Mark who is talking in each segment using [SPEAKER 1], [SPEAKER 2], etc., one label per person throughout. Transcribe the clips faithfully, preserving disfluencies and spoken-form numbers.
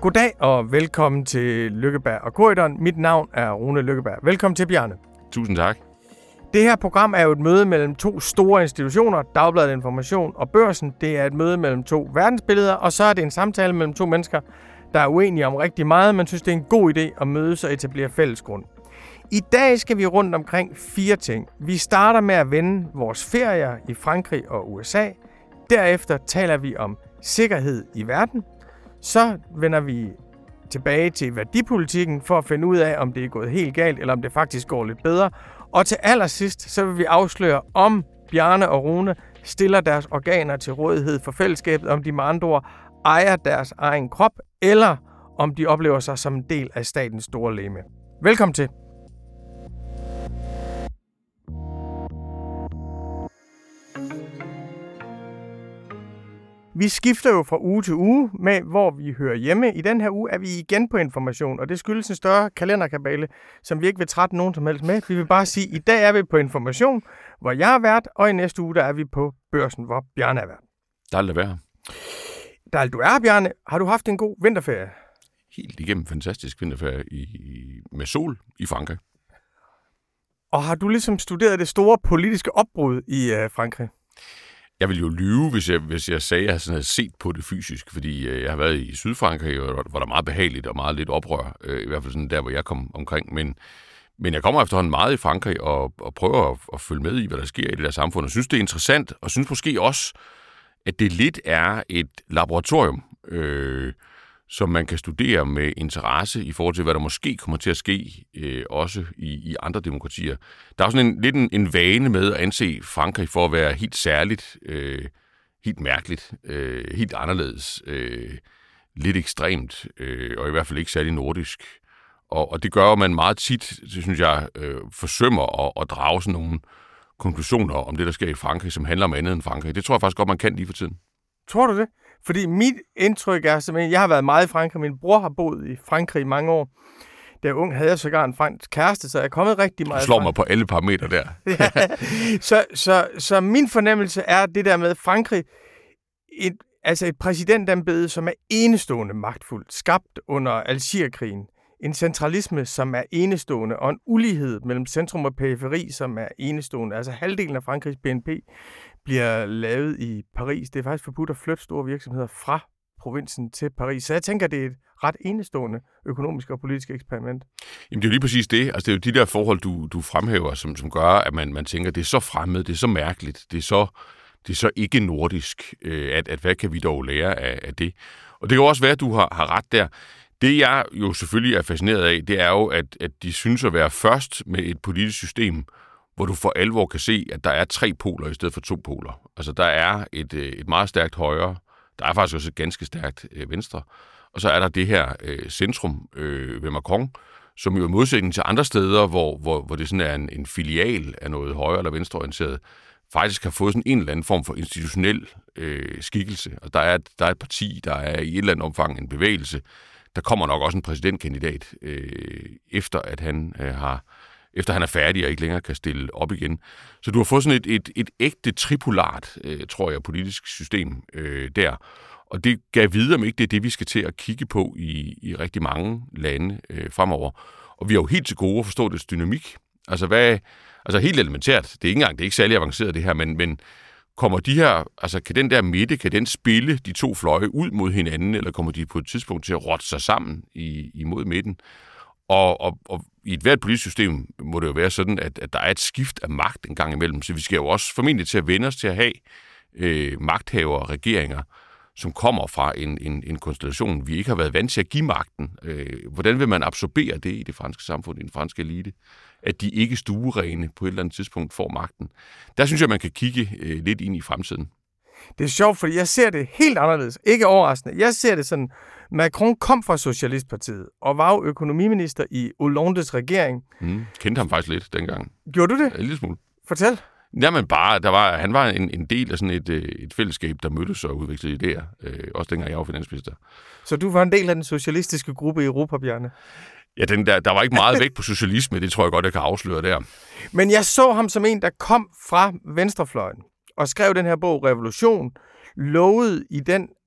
[SPEAKER 1] Goddag og velkommen til Lykkeberg og Corydon. Mit navn er Rune Lykkeberg. Velkommen til, Bjarne.
[SPEAKER 2] Tusind tak.
[SPEAKER 1] Det her program er jo et møde mellem to store institutioner, Dagbladet Information og Børsen. Det er et møde mellem to verdensbilleder, og så er det en samtale mellem to mennesker, der er uenige om rigtig meget, men synes, det er en god idé at mødes og etablere fælles grund. I dag skal vi rundt omkring fire ting. Vi starter med at vende vores ferier i Frankrig og U S A. Derefter taler vi om sikkerhed i verden. Så vender vi tilbage til værdipolitikken for at finde ud af, om det er gået helt galt, eller om det faktisk går lidt bedre. Og til allersidst, så vil vi afsløre, om Bjarne og Rune stiller deres organer til rådighed for fællesskabet, om de med andre ord ejer deres egen krop, eller om de oplever sig som en del af statens store legeme. Velkommen til. Vi skifter jo fra uge til uge med, hvor vi hører hjemme. I den her uge er vi igen på Information, og det skyldes en større kalenderkabale, som vi ikke vil trætte nogen som helst med. Vi vil bare sige, at i dag er vi på Information, hvor jeg er vært, og i næste uge der er vi på Børsen, hvor Bjarne er vært.
[SPEAKER 2] Dejligt at være her.
[SPEAKER 1] Dejligt du er, Bjarne. Har du haft en god vinterferie?
[SPEAKER 2] Helt igennem fantastisk vinterferie i, med sol i Frankrig.
[SPEAKER 1] Og har du ligesom studeret det store politiske opbrud i øh, Frankrig?
[SPEAKER 2] Jeg ville jo lyve, hvis jeg, hvis jeg sagde, at jeg sådan havde set på det fysisk, fordi øh, jeg har været i Sydfrankrig, hvor der er meget behageligt og meget lidt oprør, øh, i hvert fald sådan der, hvor jeg kom omkring. Men, men jeg kommer efterhånden meget i Frankrig og, og prøver at, at følge med i, hvad der sker i det der samfund, og synes, det er interessant, og synes måske også, at det lidt er et laboratorium, øh, som man kan studere med interesse i forhold til, hvad der måske kommer til at ske, øh, også i, i andre demokratier. Der er sådan en, lidt en, en vane med at anse Frankrig for at være helt særligt, øh, helt mærkeligt, øh, helt anderledes, øh, lidt ekstremt, øh, og i hvert fald ikke særlig nordisk. Og, og det gør, at man meget tit, det synes jeg, øh, forsømmer at, at drage sådan nogle konklusioner om det, der sker i Frankrig, som handler om andet end Frankrig. Det tror jeg faktisk godt, man kan lige for tiden.
[SPEAKER 1] Tror du det? Fordi mit indtryk er simpelthen, jeg har været meget i Frankrig, min bror har boet i Frankrig i mange år. Da jeg ung havde jeg sågar en fransk kæreste, så jeg er kommet rigtig meget.
[SPEAKER 2] Du slår mig på alle parametre der.
[SPEAKER 1] Ja. Så, så, så min fornemmelse er det der med Frankrig, et, altså et præsidentembede, som er enestående magtfuldt, skabt under Algeriekrigen. En centralisme, som er enestående, og en ulighed mellem centrum og periferi, som er enestående. Altså halvdelen af Frankrigs B N P bliver lavet i Paris. Det er faktisk forbudt at flytte store virksomheder fra provinsen til Paris. Så jeg tænker, det er et ret enestående økonomisk og politisk eksperiment.
[SPEAKER 2] Jamen det er jo lige præcis det. Altså det er jo de der forhold, du, du fremhæver, som, som gør, at man, man tænker, det er så fremmed, det er så mærkeligt, det er så, det er så ikke nordisk, at, at hvad kan vi dog lære af, af det? Og det kan også være, at du har, har ret der. Det, jeg jo selvfølgelig er fascineret af, det er jo, at, at de synes at være først med et politisk system, hvor du for alvor kan se, at der er tre poler i stedet for to poler. Altså, der er et, et meget stærkt højre, der er faktisk også et ganske stærkt øh, venstre, og så er der det her øh, centrum øh, ved Macron, som jo i modsætning til andre steder, hvor, hvor, hvor det sådan er en, en filial af noget højre- eller venstreorienteret, faktisk har fået sådan en eller anden form for institutionel øh, skikkelse. Og der er, der er et parti, der er i et eller andet omfang en bevægelse. Der kommer nok også en præsidentkandidat, øh, efter at han øh, har, efter han er færdig og ikke længere kan stille op igen. Så du har fået sådan et, et, et ægte tripolart, øh, tror jeg, politisk system øh, der. Og det gav videre, om ikke det er det, vi skal til at kigge på i, i rigtig mange lande øh, fremover. Og vi har jo helt til gode at forstå dets dynamik. Altså, hvad, altså helt elementært, det er ikke engang, det er ikke særlig avanceret det her, men, men kommer de her, altså kan den der midte, kan den spille de to fløje ud mod hinanden, eller kommer de på et tidspunkt til at rotte sig sammen i, imod midten? Og, og, og i et hvert politisk system må det jo være sådan, at, at der er et skift af magt en gang imellem, så vi skal jo også formentlig til at vende os til at have øh, magthavere og regeringer, som kommer fra en, en, en konstellation, vi ikke har været vant til at give magten. Øh, hvordan vil man absorbere det i det franske samfund, i den franske elite? At de ikke stuerene på et eller andet tidspunkt får magten. Der synes jeg, man kan kigge øh, lidt ind i fremtiden.
[SPEAKER 1] Det er sjovt, fordi jeg ser det helt anderledes. Ikke overraskende. Jeg ser det sådan, Macron kom fra Socialistpartiet og var jo økonomiminister i Hollandes regering.
[SPEAKER 2] Mm, kendte ham faktisk lidt dengang.
[SPEAKER 1] Gjorde du det?
[SPEAKER 2] Ja, en lille smule.
[SPEAKER 1] Fortæl.
[SPEAKER 2] Jamen bare, der var, han var en, en del af sådan et, et fællesskab, der mødtes og udvekslede idéer. Øh, også dengang jeg var finansminister.
[SPEAKER 1] Så du var en del af den socialistiske gruppe i Europa, Bjarne?
[SPEAKER 2] Ja, den der, der var ikke meget vægt på socialisme, det tror jeg godt, jeg kan afsløre der.
[SPEAKER 1] Men jeg så ham som en, der kom fra venstrefløjen og skrev den her bog, Revolution, lovede i den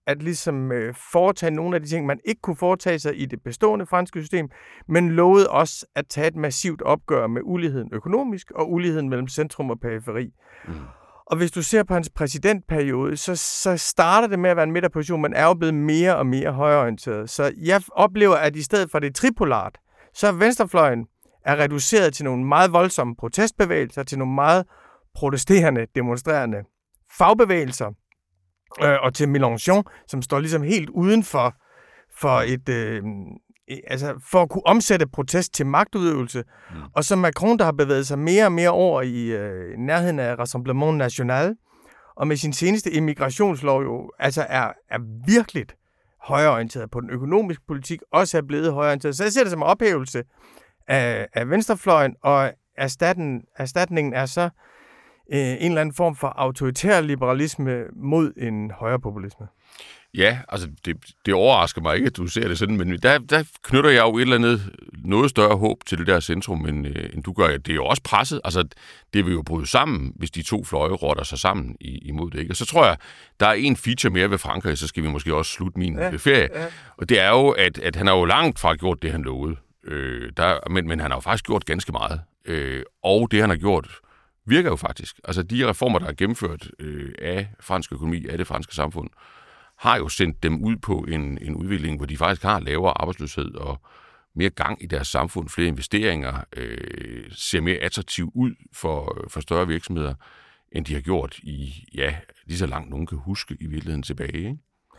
[SPEAKER 1] at ligesom øh, foretage nogle af de ting, man ikke kunne foretage sig i det bestående franske system, men lovede også at tage et massivt opgør med uligheden økonomisk og uligheden mellem centrum og periferi. Mm. Og hvis du ser på hans præsidentperiode, så, så starter det med at være en midterposition, men er jo blevet mere og mere højreorienteret. Så jeg oplever, at i stedet for det tripolart, så er venstrefløjen er reduceret til nogle meget voldsomme protestbevægelser, til nogle meget protesterende, demonstrerende fagbevægelser, øh, og til Mélenchon, som står ligesom helt uden for, for et... Øh, altså for at kunne omsætte protest til magtudøvelse, mm. og så Macron, der har bevæget sig mere og mere over i øh, nærheden af Rassemblement National, og med sin seneste immigrationslov jo altså er, er virkelig højreorienteret på den økonomiske politik, også er blevet højreorienteret. Så jeg ser det som en ophævelse af, af venstrefløjen, og erstatten, erstatningen er så øh, en eller anden form for autoritær liberalisme mod en højrepopulisme.
[SPEAKER 2] Ja, altså det, det overrasker mig ikke, at du ser det sådan, men der, der knytter jeg jo et eller andet noget større håb til det der centrum, end, øh, end du gør. Det er jo også presset. Altså, det vil jo bryde sammen, hvis de to fløje rotter sig sammen i, imod det. Ikke? Og så tror jeg, der er en feature mere ved Frankrig, så skal vi måske også slutte min ja, ferie. Ja. Og det er jo, at, at han har jo langt fra gjort det, han lovede. Øh, der, men, men han har jo faktisk gjort ganske meget. Øh, og det, han har gjort, virker jo faktisk. Altså, de reformer, der er gennemført øh, af fransk økonomi, af det franske samfund, har jo sendt dem ud på en, en udvikling, hvor de faktisk har lavere arbejdsløshed og mere gang i deres samfund, flere investeringer, øh, ser mere attraktivt ud for, for større virksomheder, end de har gjort i, ja, lige så langt nogen kan huske i virkeligheden tilbage, ikke?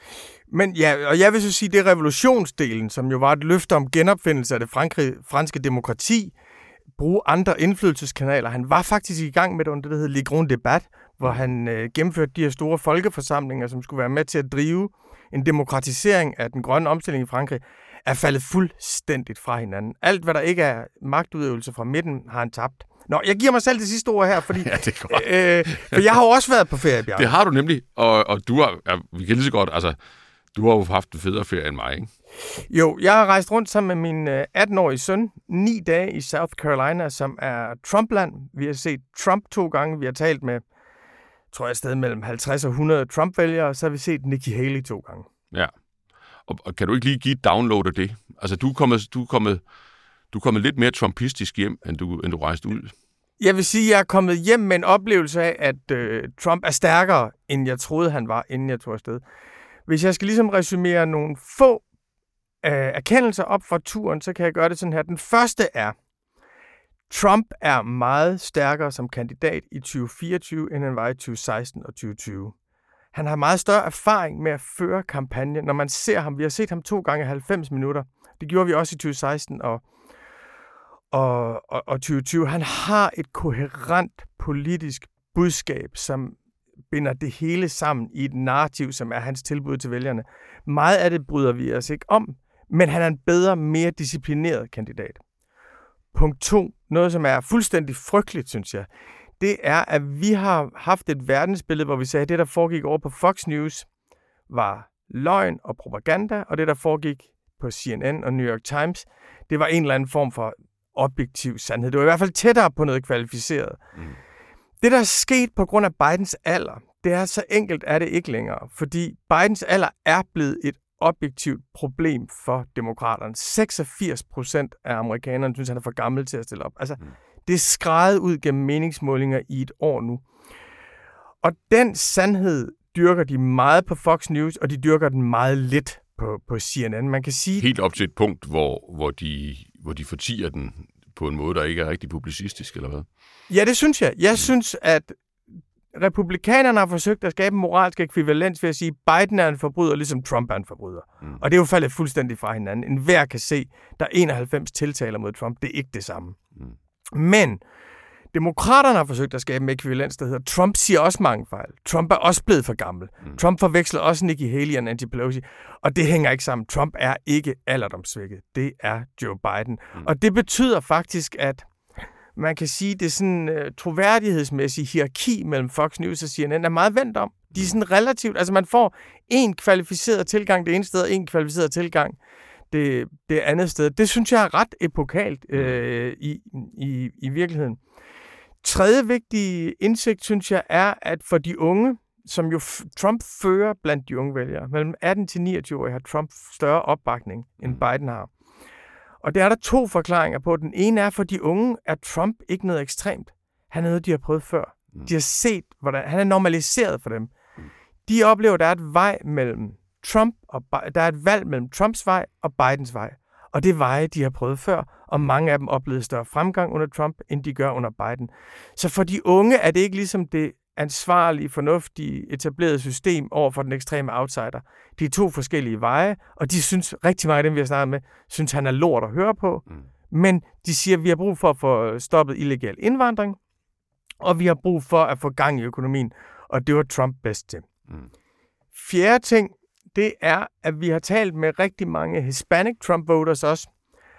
[SPEAKER 1] Men ja, og jeg vil så sige, det er revolutionsdelen, som jo var et løfte om genopfindelse af det frankrig, franske demokrati, bruge andre indflydelseskanaler. Han var faktisk i gang med det under det, der hedder Le Grand Débat, hvor han øh, gennemførte de her store folkeforsamlinger, som skulle være med til at drive en demokratisering af den grønne omstilling i Frankrig, er faldet fuldstændigt fra hinanden. Alt, hvad der ikke er magtudøvelse fra midten, har han tabt. Nå, jeg giver mig selv det sidste ord her, fordi
[SPEAKER 2] ja, det er godt.
[SPEAKER 1] Øh, for jeg har jo også været på ferie, Bjarne.
[SPEAKER 2] Det har du nemlig, og, og du har, ja, vi kan lige så godt, altså, du har jo haft en federe ferie end mig, ikke?
[SPEAKER 1] Jo, jeg har rejst rundt sammen med min atten-årige søn, ni dage i South Carolina, som er Trumpland. Vi har set Trump to gange, vi har talt med, tror jeg, et sted mellem halvtreds og hundrede Trump-vælgere, og så har vi set Nikki Haley to gange.
[SPEAKER 2] Ja, og, og kan du ikke lige give et download af det? Altså, du er kommet, du er kommet, du er kommet lidt mere trumpistisk hjem, end du, end du rejste ud.
[SPEAKER 1] Jeg vil sige, at jeg er kommet hjem med en oplevelse af, at øh, Trump er stærkere, end jeg troede, han var, inden jeg tog afsted. Hvis jeg skal ligesom resumere nogle få øh, erkendelser op fra turen, så kan jeg gøre det sådan her. Den første er, Trump er meget stærkere som kandidat i tyve fireogtyve, end han var i tyve seksten og tyve tyve. Han har meget større erfaring med at føre kampagne. Når man ser ham, vi har set ham to gange halvfems minutter. Det gjorde vi også i tyve seksten og, og, og, og tyve tyve. Han har et koherent politisk budskab, som binder det hele sammen i et narrativ, som er hans tilbud til vælgerne. Meget af det bryder vi os ikke om, men han er en bedre, mere disciplineret kandidat. Punkt to, noget som er fuldstændig frygteligt, synes jeg, det er, at vi har haft et verdensbillede, hvor vi sagde, at det, der foregik over på Fox News, var løgn og propaganda, og det, der foregik på C N N og New York Times, det var en eller anden form for objektiv sandhed. Det var i hvert fald tættere på noget kvalificeret. Mm. Det, der er sket på grund af Bidens alder, det er så enkelt er det ikke længere, fordi Bidens alder er blevet et objektivt problem for demokraterne. seksogfirs procent af amerikanerne synes, han er for gammel til at stille op. Altså, mm. det er skreget ud gennem meningsmålinger i et år nu. Og den sandhed dyrker de meget på Fox News, og de dyrker den meget lidt på, på C N N. Man kan sige...
[SPEAKER 2] Helt op til et punkt, hvor, hvor, de, hvor de fortier den på en måde, der ikke er rigtig publicistisk, eller hvad?
[SPEAKER 1] Ja, det synes jeg. Jeg mm. synes, at republikanerne har forsøgt at skabe en moralsk ekvivalens ved at sige, at Biden er en forbryder, ligesom Trump er en forbryder. Mm. Og det er jo faldet fuldstændig fra hinanden. En hver kan se, der er enoghalvfems tiltaler mod Trump. Det er ikke det samme. Mm. Men demokraterne har forsøgt at skabe en ekvivalens, der hedder, Trump siger også mange fejl. Trump er også blevet for gammel. Mm. Trump forveksler også Nikki Haley og Nancy Pelosi. Og det hænger ikke sammen. Trump er ikke alderdomssvækket. Det er Joe Biden. Mm. Og det betyder faktisk, at man kan sige, at det sådan uh, troværdighedsmæssige hierarki mellem Fox News og C N N er meget vendt om. De er sådan relativt, altså man får en kvalificeret tilgang det ene sted, og en kvalificeret tilgang det, det andet sted. Det synes jeg er ret epokalt øh, i, i, i virkeligheden. Tredje vigtige indsigt, synes jeg, er, at for de unge, som jo f- Trump fører blandt de unge vælgere. Mellem atten til niogtyve år har Trump større opbakning, end Biden har. Og der er der to forklaringer på. Den ene er, for de unge er Trump ikke noget ekstremt. Han er noget, de har prøvet før. De har set, hvordan han er normaliseret for dem. De oplever, at der er et vej mellem Trump og der er et valg mellem Trumps vej og Bidens vej. Og det er veje, de har prøvet før, og mange af dem oplevede større fremgang under Trump, end de gør under Biden. Så for de unge er det ikke ligesom det ansvarlige, fornuftige, etablerede system over for den ekstreme outsider. De er to forskellige veje, og de synes, rigtig mange af dem, vi har snakket med, synes, han er lort at høre på. Mm. Men de siger, at vi har brug for at få stoppet illegal indvandring, og vi har brug for at få gang i økonomien, og det var Trump bedst til. Mm. Fjerde ting, det er, at vi har talt med rigtig mange Hispanic Trump-voters også,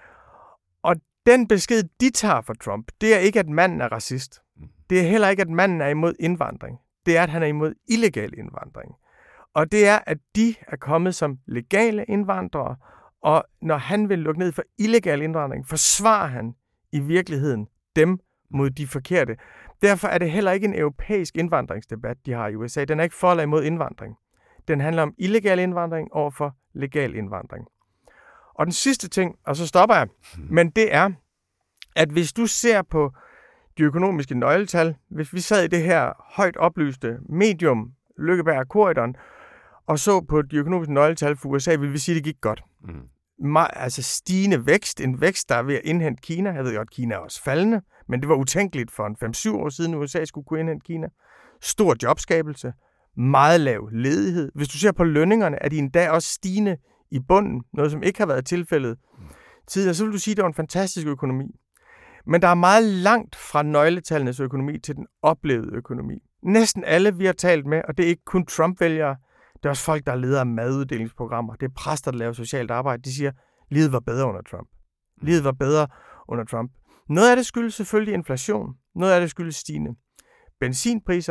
[SPEAKER 1] og den besked, de tager fra Trump, det er ikke, at manden er racist. Det er heller ikke, at manden er imod indvandring. Det er, at han er imod illegal indvandring. Og det er, at de er kommet som legale indvandrere, og når han vil lukke ned for illegal indvandring, forsvarer han i virkeligheden dem mod de forkerte. Derfor er det heller ikke en europæisk indvandringsdebat, de har i U S A. Den er ikke for eller imod indvandring. Den handler om illegal indvandring over for legal indvandring. Og den sidste ting, og så stopper jeg, men det er, at hvis du ser på de økonomiske nøgletal, hvis vi sad i det her højt oplyste medium, Løkkeberg-korridoren, og så på de økonomiske nøgletal for U S A, vil vi sige, at det gik godt. Mm. Me- altså stigende vækst, en vækst, der er ved at indhente Kina. Jeg ved godt, Kina er også faldende, men det var utænkeligt for en fem syv år siden, U S A skulle kunne indhente Kina. Stor jobskabelse, meget lav ledighed. Hvis du ser på lønningerne, er de endda også stigende i bunden, noget som ikke har været tilfældet tidligere, så vil du sige, at det var en fantastisk økonomi. Men der er meget langt fra nøgletallenes økonomi til den oplevede økonomi. Næsten alle, vi har talt med, og det er ikke kun Trump-vælgere, det er også folk, der er ledere af maduddelingsprogrammer. Det er præster, der laver socialt arbejde. De siger, at livet var bedre under Trump. Livet var bedre under Trump. Noget af det skyldes selvfølgelig inflation. Noget af det skyldes stigende benzinpriser.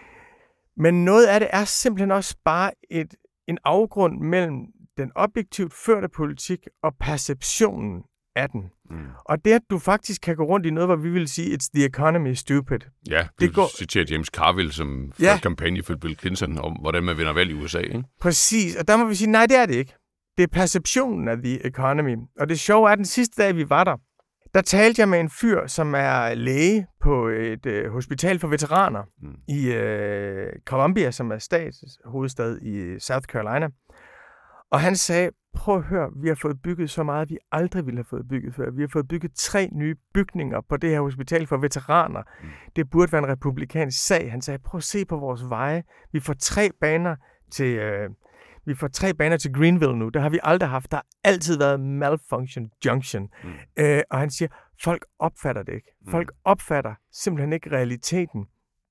[SPEAKER 1] Men noget af det er simpelthen også bare et, en afgrund mellem den objektivt førte politik og perceptionen af den. Mm. Og det, at du faktisk kan gå rundt i noget, hvor vi vil sige, it's the economy stupid.
[SPEAKER 2] Ja, du det går... citerer James Carville, som førte ja. kampagne for Bill Clinton om, hvordan man vinder valg i U S A, ikke?
[SPEAKER 1] Præcis, og der må vi sige, nej, det er det ikke. Det er perceptionen af the economy. Og det sjove er, at den sidste dag, vi var der, der talte jeg med en fyr, som er læge på et øh, hospital for veteraner mm. i øh, Columbia, som er statshovedstad i South Carolina. Og han sagde, prøv at høre, vi har fået bygget så meget, vi aldrig ville have fået bygget før. Vi har fået bygget tre nye bygninger på det her hospital for veteraner. Mm. Det burde være en republikansk sag. Han sagde, prøv at se på vores veje. Vi får tre baner til, øh, vi får tre baner til Greenville nu. Det har vi aldrig haft. Der har altid været malfunction junction. Mm. Øh, og han siger, folk opfatter det ikke. Folk mm. opfatter simpelthen ikke realiteten.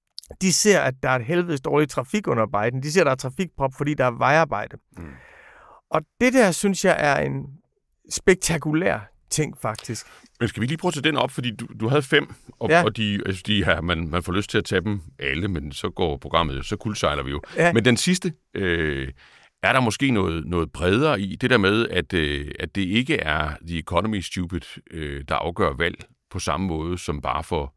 [SPEAKER 1] De ser, at der er et helvedes dårligt trafik under Biden. De ser, at der er trafikprop, fordi der er vejarbejde. Mm. Og det der, synes jeg, er en spektakulær ting, faktisk.
[SPEAKER 2] Men skal vi lige prøve at tage den op, fordi du, du havde fem, og, ja. og de, altså de her, man, man får lyst til at tage dem alle, men så går programmet, så kuldsejler vi jo. Ja. Men den sidste, øh, er der måske noget, noget bredere i det der med, at, øh, at det ikke er the economy stupid, øh, der afgør valg på samme måde, som bare for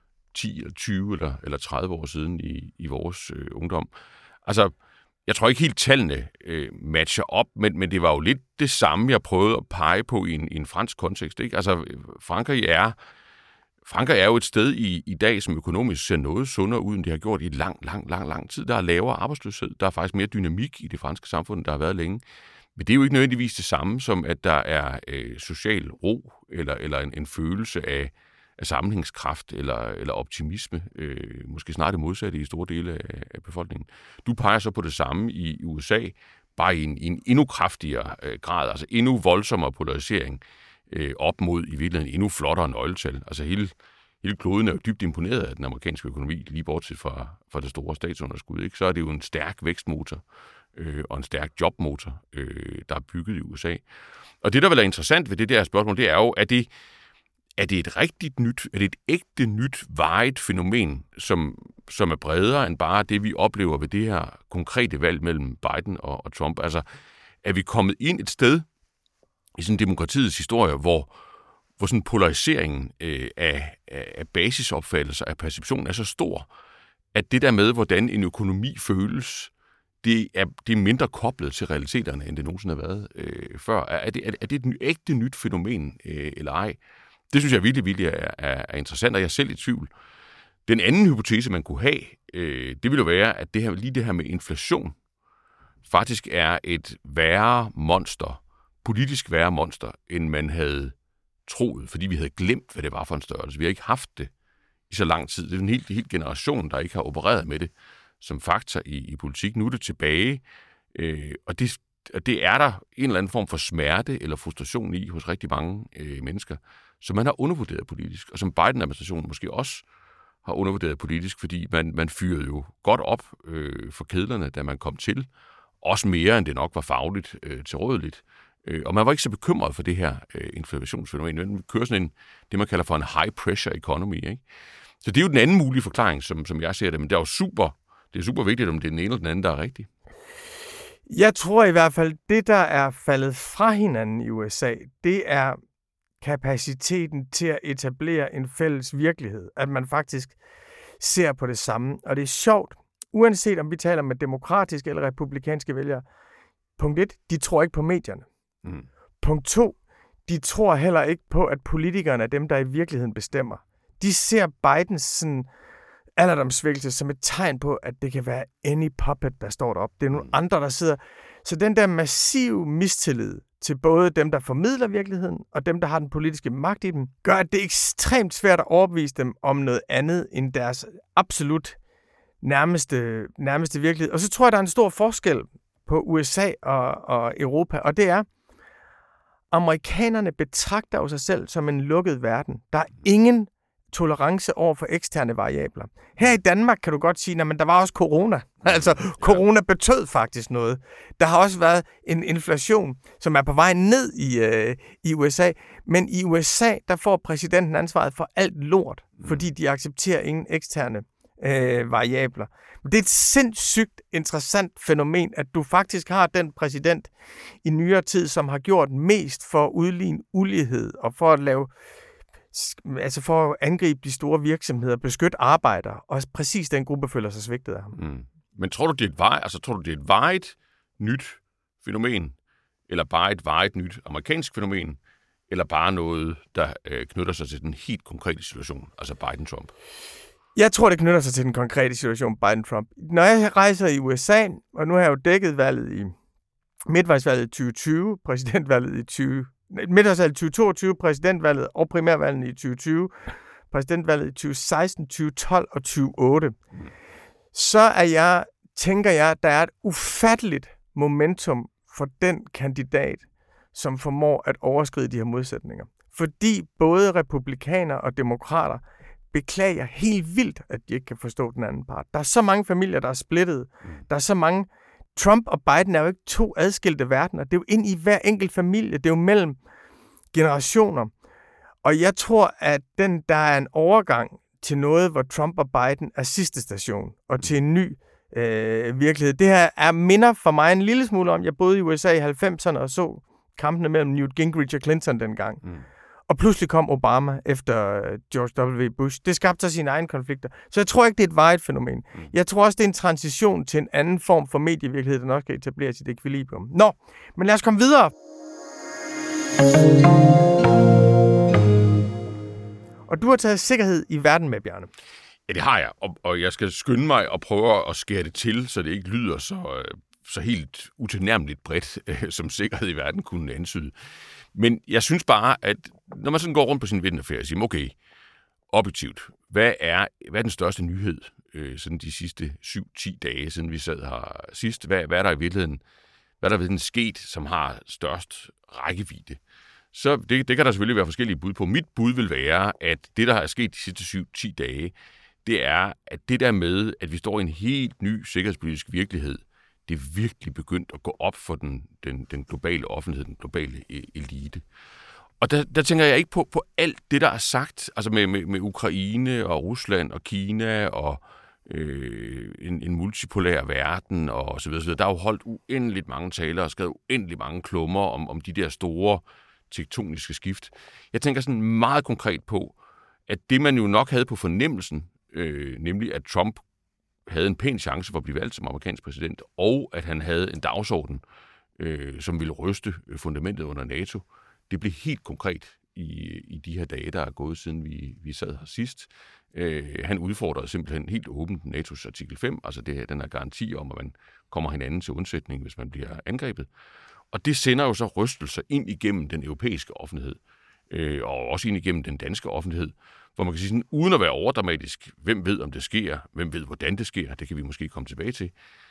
[SPEAKER 2] ti eller tyve eller, eller tredive år siden i, i vores øh, ungdom. Altså, jeg tror ikke helt tallene øh, matcher op, men, men det var jo lidt det samme, jeg prøvede at pege på i en, i en fransk kontekst. Ikke? Altså, Frankrig er, Frankrig er jo et sted i, i dag, som økonomisk ser noget sundere ud, end det har gjort i lang, lang, lang, lang tid. Der er lavere arbejdsløshed. Der er faktisk mere dynamik i det franske samfund, der har været længe. Men det er jo ikke nødvendigvis det samme, som at der er øh, social ro eller, eller en, en følelse af, af sammenhængskraft eller, eller optimisme, øh, måske snart det modsatte i store dele af, af befolkningen. Du peger så på det samme i U S A, bare i en, i en endnu kraftigere øh, grad, altså endnu voldsommere polarisering øh, op mod i virkeligheden endnu flottere nøgletal. Altså hele, hele kloden er jo dybt imponeret af den amerikanske økonomi, lige bortset fra, fra det store statsunderskud. Ikke? Så er det jo en stærk vækstmotor øh, og en stærk jobmotor, øh, der er bygget i U S A. Og det, der vil være interessant ved det der spørgsmål, det er jo, at det Er det et rigtigt nyt, er det et ægte nyt, varigt fænomen, som, som er bredere end bare det, vi oplever ved det her konkrete valg mellem Biden og, og Trump? Altså, er vi kommet ind et sted i sådan demokratiets historie, hvor, hvor sådan polariseringen øh, af, af basisopfattelser af perception er så stor, at det der med, hvordan en økonomi føles, det er, det er mindre koblet til realiteterne, end det nogensinde har været øh, før. Er det, er, det, er det et ægte nyt fænomen, øh, eller ej? Det synes jeg virkelig, virkelig er, er, er interessant, og jeg er selv i tvivl. Den anden hypotese, man kunne have, øh, det ville jo være, at det her, lige det her med inflation faktisk er et værre monster, politisk værre monster, end man havde troet, fordi vi havde glemt, hvad det var for en størrelse. Vi har ikke haft det i så lang tid. Det er en hel, hel generation, der ikke har opereret med det som faktor i, i politik. Nu er det tilbage, øh, og det, det er der en eller anden form for smerte eller frustration i hos rigtig mange øh, mennesker, som man har undervurderet politisk, og som Biden-administrationen måske også har undervurderet politisk, fordi man, man fyrede jo godt op øh, for kedlerne, da man kom til, også mere end det nok var fagligt øh, tilrådeligt. Øh, og man var ikke så bekymret for det her øh, inflationsfænomen. Man kører sådan en, det man kalder for en high-pressure economy. Ikke? Så det er jo den anden mulige forklaring, som, som jeg ser det, men det er jo super, det er super vigtigt, om det er den ene eller den anden, der er rigtig.
[SPEAKER 1] Jeg tror i hvert fald, det der er faldet fra hinanden i U S A, det er kapaciteten til at etablere en fælles virkelighed. At man faktisk ser på det samme. Og det er sjovt, uanset om vi taler med demokratiske eller republikanske vælgere. Punkt et, de tror ikke på medierne. Mm. Punkt to, de tror heller ikke på, at politikerne er dem, der i virkeligheden bestemmer. De ser Bidens sådan alderdomssvækkelse som et tegn på, at det kan være any puppet, der står deroppe. Det er nogle mm. andre, der sidder. Så den der massive mistillid til både dem, der formidler virkeligheden, og dem, der har den politiske magt i dem, gør, at det er ekstremt svært at overbevise dem om noget andet end deres absolut nærmeste, nærmeste virkelighed. Og så tror jeg, der er en stor forskel på U S A og, og Europa, og det er, amerikanerne betragter jo sig selv som en lukket verden. Der er ingen tolerance over for eksterne variabler. Her i Danmark kan du godt sige, at der var også corona. Altså, corona betød faktisk noget. Der har også været en inflation, som er på vej ned i, øh, i U S A. Men i U S A, der får præsidenten ansvaret for alt lort, fordi de accepterer ingen eksterne øh, variabler. Men det er et sindssygt interessant fænomen, at du faktisk har den præsident i nyere tid, som har gjort mest for at udligne ulighed og for at lave altså for at angribe de store virksomheder, beskytte arbejdere, og præcis den gruppe føler sig svigtet af ham. Mm.
[SPEAKER 2] Men tror du, det er et vej, altså tror du, det er et varigt nyt fænomen, eller bare et varigt nyt amerikansk fænomen, eller bare noget, der øh, knytter sig til den helt konkrete situation, altså Biden-Trump?
[SPEAKER 1] Jeg tror, det knytter sig til den konkrete situation, Biden-Trump. Når jeg rejser i U S A, og nu har jeg jo dækket valget i midtvejsvalget i tyve tyve, præsidentvalget i tyve midtvejsvalget i tyve toogtyve, præsidentvalget og primærvalget i tyve tyve, præsidentvalget i tyve seksten, tyve tolv og tyve otte, så er jeg, tænker jeg, der er et ufatteligt momentum for den kandidat, som formår at overskride de her modsætninger. Fordi både republikanere og demokrater beklager helt vildt, at de ikke kan forstå den anden part. Der er så mange familier, der er splittet. Der er så mange. Trump og Biden er jo ikke to adskilte verdener. Det er jo ind i hver enkelt familie. Det er jo mellem generationer. Og jeg tror, at den, der er en overgang til noget, hvor Trump og Biden er sidste station, og til en ny øh, virkelighed. Det her er minder for mig en lille smule om, jeg boede i U S A i halvfemserne og så kampene mellem Newt Gingrich og Clinton dengang. Mm. Og pludselig kom Obama efter George W. Bush. Det skabte sig sine egne konflikter. Så jeg tror ikke, det er et varigt fænomen. Mm. Jeg tror også, det er en transition til en anden form for medievirkelighed, der nok skal etablere sit ekvilibrium. Nå, men lad os komme videre. Og du har taget sikkerhed i verden med, Bjarne.
[SPEAKER 2] Ja, det har jeg. Og, og jeg skal skynde mig og prøve at skære det til, så det ikke lyder så, så helt utilnærmeligt bredt, som sikkerhed i verden kunne antyde. Men jeg synes bare, at når man sådan går rundt på sin vinterferie og siger, okay, objektivt, hvad er, hvad er den største nyhed øh, sådan de sidste syv ti dage, siden vi sad her sidst? Hvad, hvad er der i virkeligheden, hvad er der i virkeligheden sket, som har størst rækkevidde? Så det, det kan der selvfølgelig være forskellige bud på. Mit bud vil være, at det, der er sket de sidste syv ti dage, det er, at det der med, at vi står i en helt ny sikkerhedspolitisk virkelighed, det er virkelig begyndt at gå op for den, den, den globale offentlighed, den globale elite. Og der, der tænker jeg ikke på, på alt det, der er sagt, altså med, med, med Ukraine og Rusland og Kina og øh, en, en multipolær verden og så videre, så videre. Der er jo holdt uendeligt mange taler og skrevet uendeligt mange klummer om, om de der store tektoniske skift. Jeg tænker sådan meget konkret på, at det man jo nok havde på fornemmelsen, øh, nemlig at Trump havde en pæn chance for at blive valgt som amerikansk præsident, og at han havde en dagsorden, øh, som ville ryste fundamentet under NATO. Det blev helt konkret i, i de her dage, der er gået, siden vi, vi sad her sidst. Øh, han udfordrede simpelthen helt åbent N A T O's artikel fem, altså det, den her garanti om, at man kommer hinanden til undsætning, hvis man bliver angrebet. Og det sender jo så rystelser ind igennem den europæiske offentlighed, øh, og også ind igennem den danske offentlighed, hvor man kan sige sådan, uden at være overdramatisk, hvem ved, om det sker, hvem ved, hvordan det sker, det kan vi måske komme tilbage til,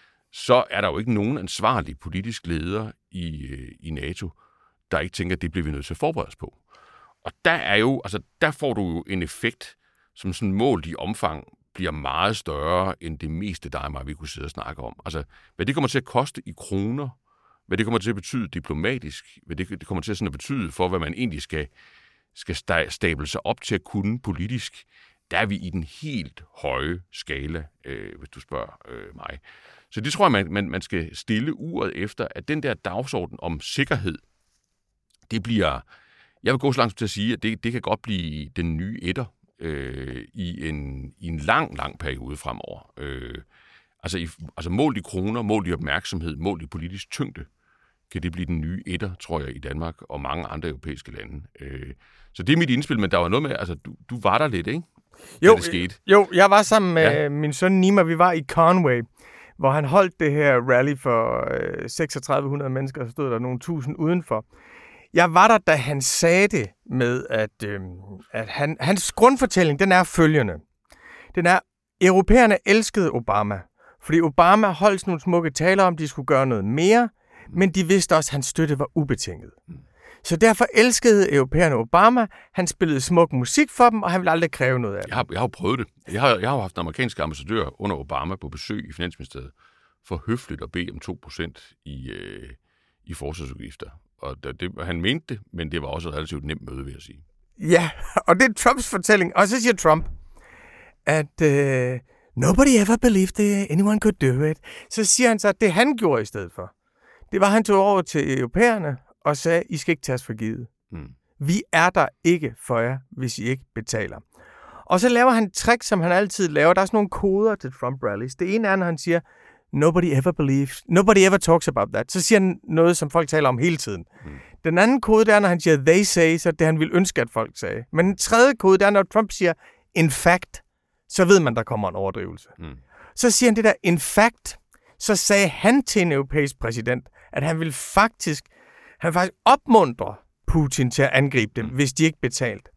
[SPEAKER 2] så er der jo ikke nogen ansvarlig politisk leder i, i NATO, der ikke tænker, at det bliver vi nødt til at forberede os på. Og der er jo, altså der får du jo en effekt, som sådan målt i omfang bliver meget større end det meste, der er mig, vi kunne sidde og snakke om. Altså, hvad det kommer til at koste i kroner, hvad det kommer til at betyde diplomatisk, hvad det, det kommer til at, sådan at betyde for, hvad man egentlig skal, skal stable sig op til at kunne politisk, der er vi i den helt høje skala, øh, hvis du spørger øh, mig. Så det tror jeg, man, man, man skal stille uret efter, at den der dagsorden om sikkerhed, det bliver, jeg vil gå så langt til at sige, at det, det kan godt blive den nye etter øh, i, en, i en lang, lang periode fremover. Øh, altså, i, altså målt i kroner, målt i opmærksomhed, målt i politisk tyngde, kan det blive den nye etter, tror jeg, i Danmark og mange andre europæiske lande. Øh, så det er mit indspil, men der var noget med, altså du, du var der lidt, ikke?
[SPEAKER 1] Jo,
[SPEAKER 2] det skete.
[SPEAKER 1] jo, jeg var sammen med
[SPEAKER 2] Ja.
[SPEAKER 1] min søn Nima, vi var i Conway, hvor han holdt det her rally for øh, seksogtredive hundrede mennesker, og så stod der nogle tusind udenfor. Jeg var der, da han sagde det med, at, øh, at han, hans grundfortælling, den er følgende. Den er, europæerne elskede Obama, fordi Obama holdt sådan nogle smukke taler om, at de skulle gøre noget mere, men de vidste også, at hans støtte var ubetinget. Så derfor elskede europæerne Obama, han spillede smuk musik for dem, og han ville aldrig kræve noget af dem.
[SPEAKER 2] Jeg har, jeg har jo prøvet det. Jeg har, jeg har jo haft en amerikansk ambassadør under Obama på besøg i Finansministeriet for høfligt at bede om to procent i, øh, i forsvarsudgifter. Og det, det, han mente det, men det var også et relativt nemt møde, vil jeg sige.
[SPEAKER 1] Ja, og det er Trumps fortælling. Og så siger Trump, at uh, nobody ever believed anyone could do it. Så siger han så, at det han gjorde i stedet for, det var, at han tog over til europæerne og sagde, I skal ikke tages for givet. Hmm. Vi er der ikke for jer, hvis I ikke betaler. Og så laver han et trick, som han altid laver. Der er sådan nogle koder til Trump rallies. Det ene er, når han siger, nobody ever believes, nobody ever talks about that. Så siger han noget, som folk taler om hele tiden. Hmm. Den anden kode, det er, når han siger, they say, så det han ville ønske, at folk sagde. Men den tredje kode, det er, når Trump siger, in fact, så ved man, der kommer en overdrivelse. Hmm. Så siger han det der, in fact, så sagde han til en europæisk præsident, at han ville faktisk, han faktisk opmuntre Putin til at angribe dem, hvis de ikke betalte.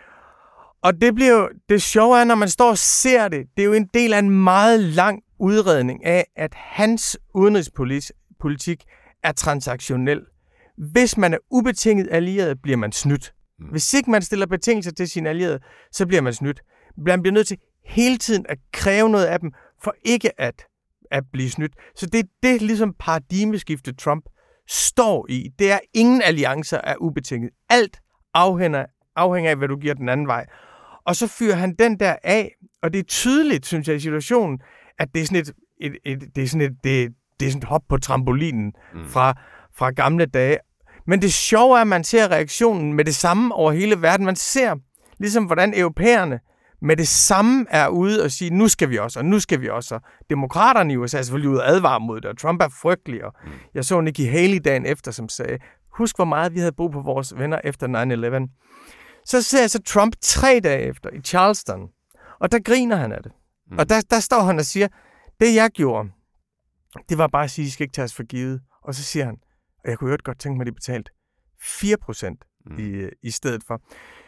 [SPEAKER 1] Og det bliver jo, det sjove er, når man står og ser det, det er jo en del af en meget lang udredning af, at hans udenrigspolitik er transaktionel. Hvis man er ubetinget allieret, bliver man snydt. Hvis ikke man stiller betingelser til sine allierede, så bliver man snydt. Man bliver nødt til hele tiden at kræve noget af dem, for ikke at, at blive snydt. Så det er det ligesom paradigmeskiftet Trump står i. Det er, ingen alliancer er ubetinget. Alt afhænger, afhænger af, hvad du giver den anden vej. Og så fyrer han den der af, og det er tydeligt, synes jeg, i situationen, at det er sådan et, et, et, det er sådan et, det, det er sådan et hop på trampolinen mm. fra, fra gamle dage. Men det sjove er, at man ser reaktionen med det samme over hele verden. Man ser ligesom, hvordan europæerne med det samme er ude og sige, nu skal vi også, og nu skal vi også. Demokraterne i U S A er selvfølgelig ude og advare mod det, og Trump er frygtelig. Og mm. jeg så Nikki Haley dagen efter, som sagde, husk hvor meget vi havde brug på vores venner efter nine eleven. Så ser jeg så Trump tre dage efter i Charleston, og der griner han af det. Mm. Og der, der står han og siger, det jeg gjorde, det var bare at sige, I skal ikke tages for givet. Og så siger han, og jeg kunne jo godt tænke mig, at de betalte fire procent mm. i, i stedet for.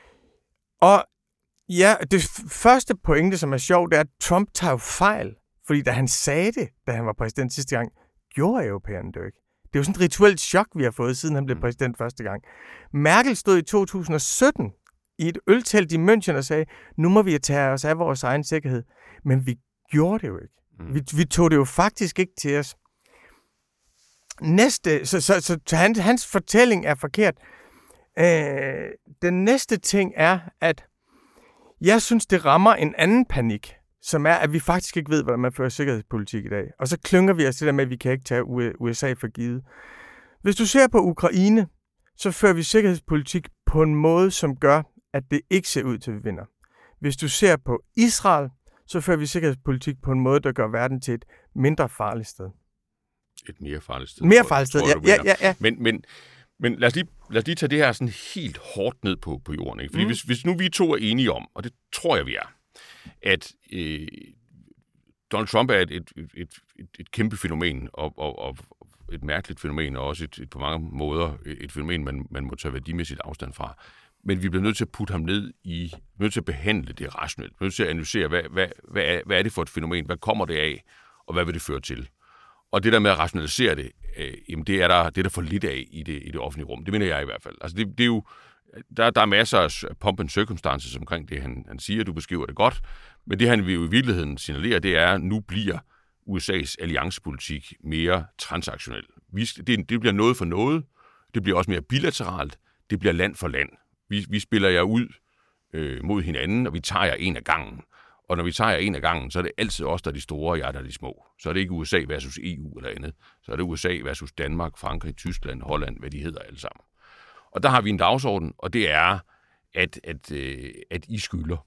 [SPEAKER 1] Og ja, det første pointe, som er sjovt, det er, at Trump tager jo fejl. Fordi da han sagde det, da han var præsident sidste gang, gjorde europæerne det jo ikke. Det er jo sådan et rituelt chok, vi har fået, siden han blev præsident første gang. Merkel stod i to tusind og sytten i et øltelt i München og sagde, nu må vi tage os af vores egen sikkerhed. Men vi gjorde det jo ikke. Mm. Vi, vi tog det jo faktisk ikke til os. Næste, så, så, så, så hans, hans fortælling er forkert. Øh, den næste ting er, at jeg synes, det rammer en anden panik, som er, at vi faktisk ikke ved, hvordan man fører sikkerhedspolitik i dag. Og så klynger vi os til det med, at vi kan ikke tage U S A for givet. Hvis du ser på Ukraine, så fører vi sikkerhedspolitik på en måde, som gør, at det ikke ser ud til, at vi vinder. Hvis du ser på Israel, så fører vi sikkerhedspolitik på en måde, der gør verden til et mindre farligt sted.
[SPEAKER 2] Et mere farligt sted.
[SPEAKER 1] Mere farligt sted, ja, ja, ja, ja.
[SPEAKER 2] Men, men, men lad, os lige, lad os lige tage det her sådan helt hårdt ned på, på jorden. Ikke? Fordi mm. hvis, hvis nu vi to er enige om, og det tror jeg, vi er, at øh, Donald Trump er et, et, et, et, et kæmpe fænomen, og, og, og et mærkeligt fænomen, og også et, et på mange måder et fænomen, man, man må tage værdimæssigt afstand fra. Men vi bliver nødt til at putte ham ned i, nødt til at behandle det rationelt, nødt til at analysere, hvad, hvad, hvad, er, hvad er det for et fænomen, hvad kommer det af, og hvad vil det føre til? Og det der med at rationalisere det, øh, jamen det er der, det er der for lidt af i det, i det offentlige rum. Det mener jeg i hvert fald. Altså det, det er jo, der, der er masser af pomp and circumstances omkring det, han, han siger, du beskriver det godt, men det han vil jo i virkeligheden signalere, det er, at nu bliver U S A's alliancepolitik mere transaktionel. Vi, det, det bliver noget for noget, det bliver også mere bilateralt, det bliver land for land. Vi, vi spiller jer ud øh, mod hinanden, og vi tager jer en af gangen. Og når vi tager jer en af gangen, så er det altid os, der er de store, og jer, der er de små. Så er det ikke U S A versus E U eller andet. Så er det U S A versus Danmark, Frankrig, Tyskland, Holland, hvad de hedder alle sammen. Og der har vi en dagsorden, og det er, at, at, at I skylder.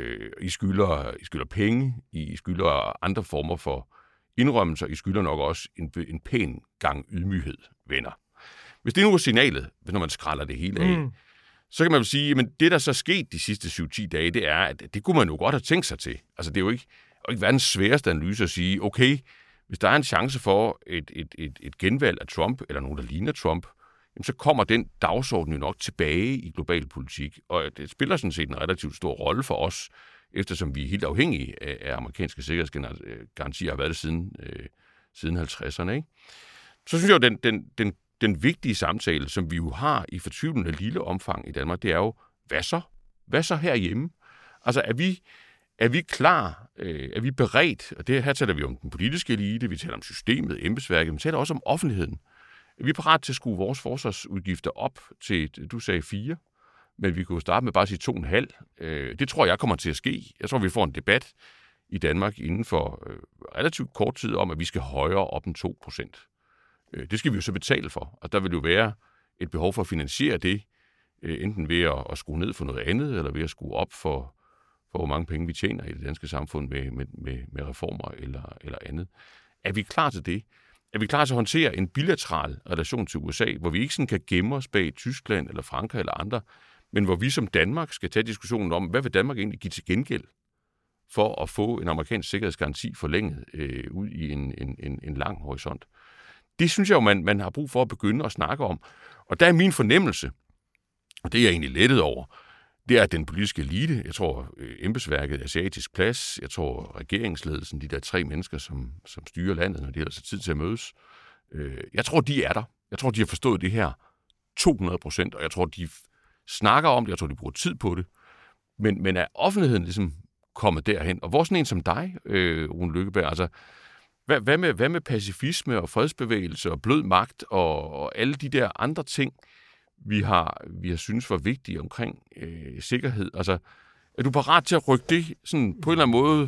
[SPEAKER 2] I skylder, I skylder penge, I skylder andre former for indrømmelser, I skylder nok også en, en pæn gang ydmyghed, venner. Hvis det nu er signalet, når man skræller det hele af, mm. så kan man jo sige, at det, der så er sket de sidste syv til ti dage, det er, at det kunne man jo godt have tænkt sig til. Altså, det er jo ikke, jo ikke verdens sværeste analyse at sige, okay, hvis der er en chance for et, et, et, et genvalg af Trump, eller nogen, der ligner Trump, jamen, så kommer den dagsorden jo nok tilbage i global politik. Og det spiller sådan set en relativt stor rolle for os, eftersom vi er helt afhængige af, af amerikanske sikkerhedsgarantier, har været det siden, øh, siden halvtredserne. Ikke? Så synes jeg jo, den, den, den Den vigtige samtale, som vi jo har i fortvivlende lille omfang i Danmark, det er jo, hvad så? Hvad så herhjemme? Altså, er vi, er vi klar? Øh, er vi beredt? Og det, her taler vi om den politiske elite, vi taler om systemet, embedsværket, men vi taler også om offentligheden. Er vi parat til at skrue vores forsvarsudgifter op til, du sagde fire, men vi kunne starte med bare at sige to og en halv. Øh, det tror jeg kommer til at ske. Jeg tror, vi får en debat i Danmark inden for øh, relativt kort tid om, at vi skal højere op end to procent. Det skal vi jo så betale for, og der vil jo være et behov for at finansiere det, enten ved at skrue ned for noget andet, eller ved at skrue op for, for hvor mange penge vi tjener i det danske samfund med, med, med, med reformer eller, eller andet. Er vi klar til det? Er vi klar til at håndtere en bilateral relation til U S A, hvor vi ikke sådan kan gemme os bag Tyskland eller Frankrig eller andre, men hvor vi som Danmark skal tage diskussionen om, hvad vil Danmark egentlig give til gengæld for at få en amerikansk sikkerhedsgaranti forlænget øh, ud i en, en, en, en lang horisont? Det synes jeg jo, man, man har brug for at begynde at snakke om. Og der er min fornemmelse, og det er jeg egentlig lettet over, det er, at den politiske elite, jeg tror embedsværket, Asiatisk Plads, jeg tror regeringsledelsen, de der tre mennesker, som, som styrer landet, når de ellers har tid til at mødes, øh, jeg tror, de er der. Jeg tror, de har forstået det her to hundrede procent, og jeg tror, de snakker om det, jeg tror, de bruger tid på det. Men, men er offentligheden ligesom kommet derhen? Og hvor sådan en som dig, øh, Rune Lykkeberg, altså, Hvad, hvad, med, hvad med pacifisme og fredsbevægelse og blød magt og, og alle de der andre ting, vi har, vi har synes var vigtige omkring øh, sikkerhed? Altså, er du parat til at rykke det sådan på en eller anden måde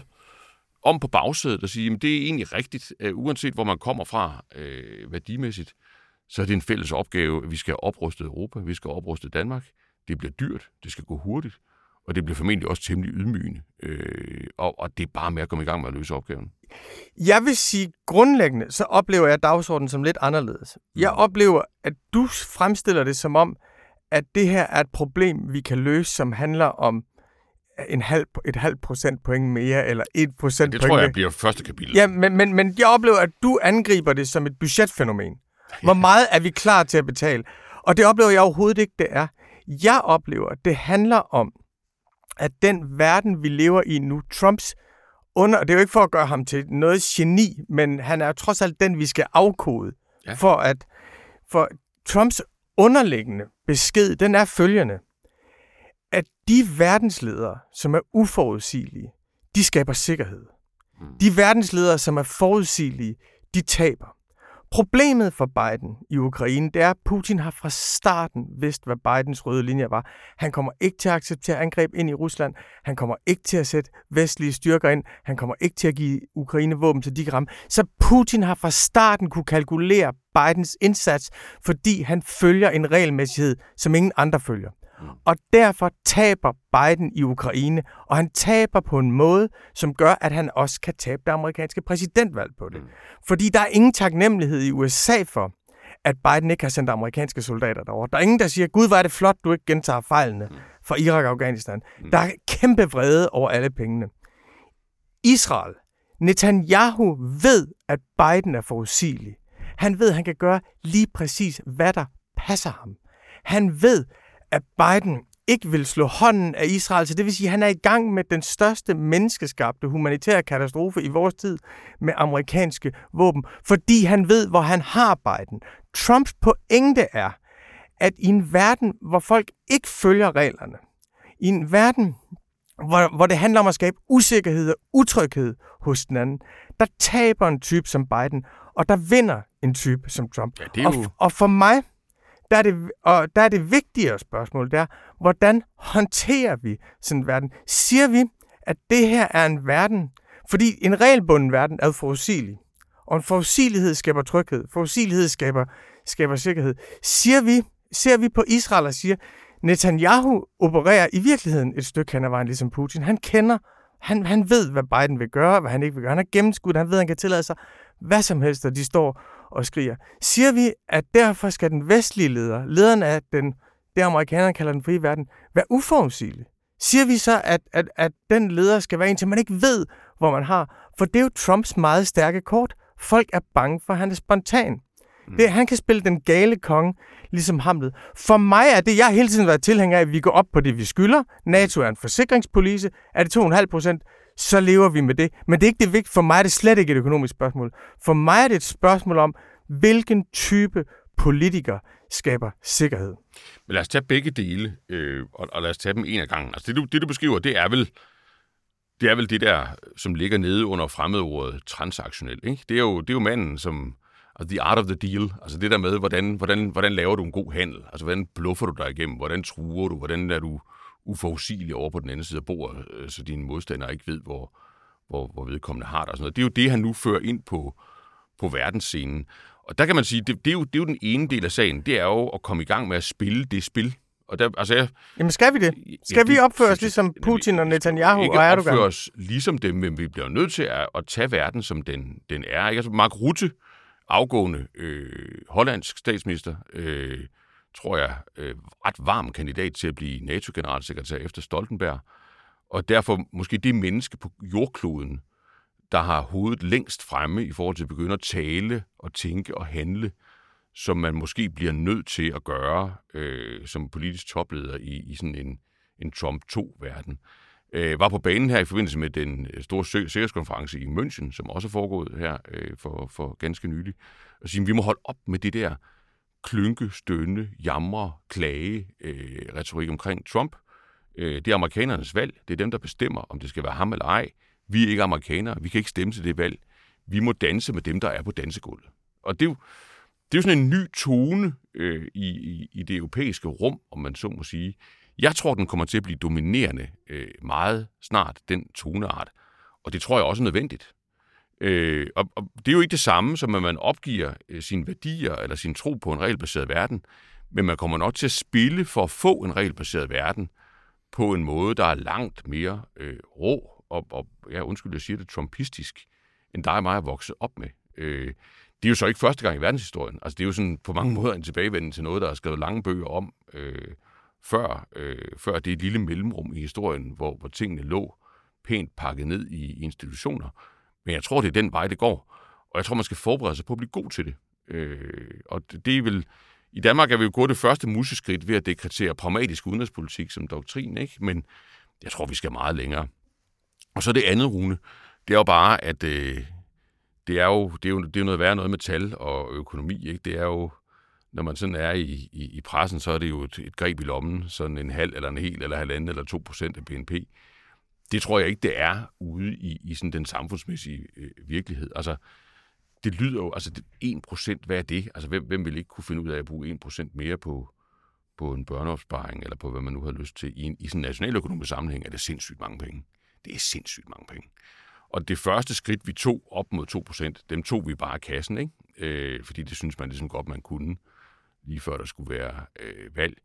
[SPEAKER 2] om på bagsædet og sige, at det er egentlig rigtigt, øh, uanset hvor man kommer fra øh, værdimæssigt, så er det en fælles opgave, at vi skal have oprustet Europa, vi skal have oprustet Danmark. Det bliver dyrt, det skal gå hurtigt, og det bliver formentlig også temmelig ydmygende. Øh, og, og det er bare med at komme i gang med at løse opgaven.
[SPEAKER 1] Jeg vil sige, grundlæggende, så oplever jeg dagsordenen som lidt anderledes. Jeg oplever, at du fremstiller det som om, at det her er et problem, vi kan løse, som handler om en halv, et halvt procentpoint mere, eller et procentpoint mere.
[SPEAKER 2] Det tror jeg bliver første kapitel.
[SPEAKER 1] Ja, men, men, men jeg oplever, at du angriber det som et budgetfænomen. Hvor meget er vi klar til at betale? Og det oplever jeg overhovedet ikke, det er. Jeg oplever, at det handler om, at den verden, vi lever i nu, Trumps under, det er jo ikke for at gøre ham til noget geni, men han er jo trods alt den, vi skal afkode. Ja. For at for Trumps underliggende besked, den er følgende, at de verdensledere, som er uforudsigelige, de skaber sikkerhed. Mm. De verdensledere, som er forudsigelige, de taber. Problemet for Biden i Ukraine, det er, at Putin har fra starten vidst, hvad Bidens røde linje var. Han kommer ikke til at acceptere angreb ind i Rusland. Han kommer ikke til at sætte vestlige styrker ind. Han kommer ikke til at give Ukraine våben, så de kan ramme. Så Putin har fra starten kunne kalkulere Bidens indsats, fordi han følger en regelmæssighed, som ingen andre følger.
[SPEAKER 2] Mm.
[SPEAKER 1] Og derfor taber Biden i Ukraine, og han taber på en måde, som gør, at han også kan tabe det amerikanske præsidentvalg på det. Mm. Fordi der er ingen taknemmelighed i U S A for, at Biden ikke har sendt amerikanske soldater derover. Der er ingen, der siger, gud, hvor er det flot, du ikke gentager fejlene mm. fra Irak og Afghanistan. Mm. Der er kæmpe vrede over alle pengene. Israel. Netanyahu ved, at Biden er forudsigelig. Han ved, at han kan gøre lige præcis, hvad der passer ham. Han ved, at Biden ikke vil slå hånden af Israel, så det vil sige, at han er i gang med den største menneskeskabte humanitære katastrofe i vores tid med amerikanske våben, fordi han ved, hvor han har Biden. Trumps pointe er, at i en verden, hvor folk ikke følger reglerne, i en verden, hvor, hvor det handler om at skabe usikkerhed og utryghed hos den anden, der taber en type som Biden, og der vinder en type som Trump.
[SPEAKER 2] Ja, det er jo...
[SPEAKER 1] og, og for mig, der er, det, og der er det vigtigere spørgsmål, der hvordan håndterer vi sådan en verden? Siger vi, at det her er en verden, fordi en regelbunden verden er forudsigelig, og en forudsigelighed skaber tryghed, forudsigelighed skaber, skaber sikkerhed. Siger vi, ser vi på Israel og siger, Netanyahu opererer i virkeligheden et stykke hen ad vejen, ligesom Putin. Han kender, han, han ved, hvad Biden vil gøre, hvad han ikke vil gøre. Han er gennemskudt, han ved, han kan tillade sig hvad som helst, og de står og skriger. Siger vi, at derfor skal den vestlige leder, lederen af den, det amerikanerne kalder den frie verden, være uforudsigelig? Siger vi så, at, at, at den leder skal være en, til man ikke ved, hvor man har? For det er jo Trumps meget stærke kort. Folk er bange for, at han er spontan. Mm. Det, han kan spille den gale konge, ligesom Hamlet. For mig er det, jeg har hele tiden været tilhænger af, at vi går op på det, vi skylder. NATO er en forsikringspolice. Er det to komma fem procent, så lever vi med det. Men det er ikke det vigtige. For mig er det slet ikke et økonomisk spørgsmål. For mig er det et spørgsmål om, hvilken type politiker skaber sikkerhed.
[SPEAKER 2] Men lad os tage begge dele, øh, og, og lad os tage dem en af gangen. Altså det, du, det, du beskriver, det er vel det er vel det der, som ligger nede under fremmedordet transaktionel. Ikke? Det, er jo, det er jo manden, som the art of the deal, altså det der med, hvordan, hvordan, hvordan laver du en god handel? Altså hvordan bluffer du dig igennem? Hvordan truer du? Hvordan er du uforudsigelig over på den anden side af bordet, så dine modstandere ikke ved, hvor, hvor, hvor vedkommende har det og sådan noget. Det er jo det, han nu fører ind på, på verdensscenen. Og der kan man sige, det, det, er jo, det er jo den ene del af sagen, det er jo at komme i gang med at spille det spil. Og der, altså jeg,
[SPEAKER 1] Jamen skal vi det? Skal ja, det, vi opføre os ligesom Putin og Netanyahu og Erdogan?
[SPEAKER 2] Ikke opføre os ligesom dem, men vi bliver nødt til at, at tage verden, som den, den er. Altså Mark Rutte, afgående øh, hollandsk statsminister, øh, tror jeg, øh, ret varm kandidat til at blive NATO-generalsekretær efter Stoltenberg, og derfor måske det menneske på jordkloden, der har hovedet længst fremme i forhold til at begynde at tale og tænke og handle, som man måske bliver nødt til at gøre øh, som politisk topleder i, i sådan en, en Trump to-verden. Øh, var på banen her i forbindelse med den store sikkerhedskonference i München, som også er foregået her øh, for, for ganske nylig, og sige, at vi må holde op med det der klynke, stønne, jamre, klage øh, retorik omkring Trump. Øh, det er amerikanernes valg. Det er dem, der bestemmer, om det skal være ham eller ej. Vi er ikke amerikanere. Vi kan ikke stemme til det valg. Vi må danse med dem, der er på dansegulvet. Og det er jo, det er jo sådan en ny tone øh, i, i, i det europæiske rum, om man så må sige. Jeg tror, den kommer til at blive dominerende øh, meget snart, den toneart. Og det tror jeg også er nødvendigt. Øh, og, og det er jo ikke det samme, som at man opgiver øh, sine værdier eller sin tro på en regelbaseret verden, men man kommer nok til at spille for at få en regelbaseret verden på en måde, der er langt mere øh, rå og, og ja, undskyld, jeg siger det, trumpistisk, end dig og mig er vokset op med. Øh, det er jo så ikke første gang i verdenshistorien. Altså, det er jo sådan på mange måder en tilbagevenden til noget, der er skrevet lange bøger om, øh, før, øh, før det er et lille mellemrum i historien, hvor, hvor tingene lå pænt pakket ned i institutioner. Men jeg tror, det er den vej, det går. Og jeg tror, man skal forberede sig på at blive god til det. Øh, og det er vel... I Danmark er vi jo gået det første museskridt ved at dekretere pragmatisk udenrigspolitik som doktrin, ikke? Men jeg tror, vi skal meget længere. Og så det andet, Rune, det er jo bare, at øh, det, er jo, det, er jo, det er jo noget værre noget med tal og økonomi, ikke? Det er jo, når man sådan er i, i, i pressen, så er det jo et, et greb i lommen, sådan en halv eller en hel eller halvanden eller to procent af B N P. Det tror jeg ikke, det er ude i, i sådan den samfundsmæssige øh, virkelighed. Altså, det lyder jo, altså en procent, hvad er det? Altså, hvem, hvem vil ikke kunne finde ud af at bruge en procent mere på, på en børneopsparing, eller på hvad man nu har lyst til? I, en, i sådan en nationaløkonomisk sammenhæng er det sindssygt mange penge. Det er sindssygt mange penge. Og det første skridt, vi tog op mod to procent, dem tog vi bare af kassen, ikke? Øh, fordi det synes man ligesom godt, man kunne, lige før der skulle være øh, valg.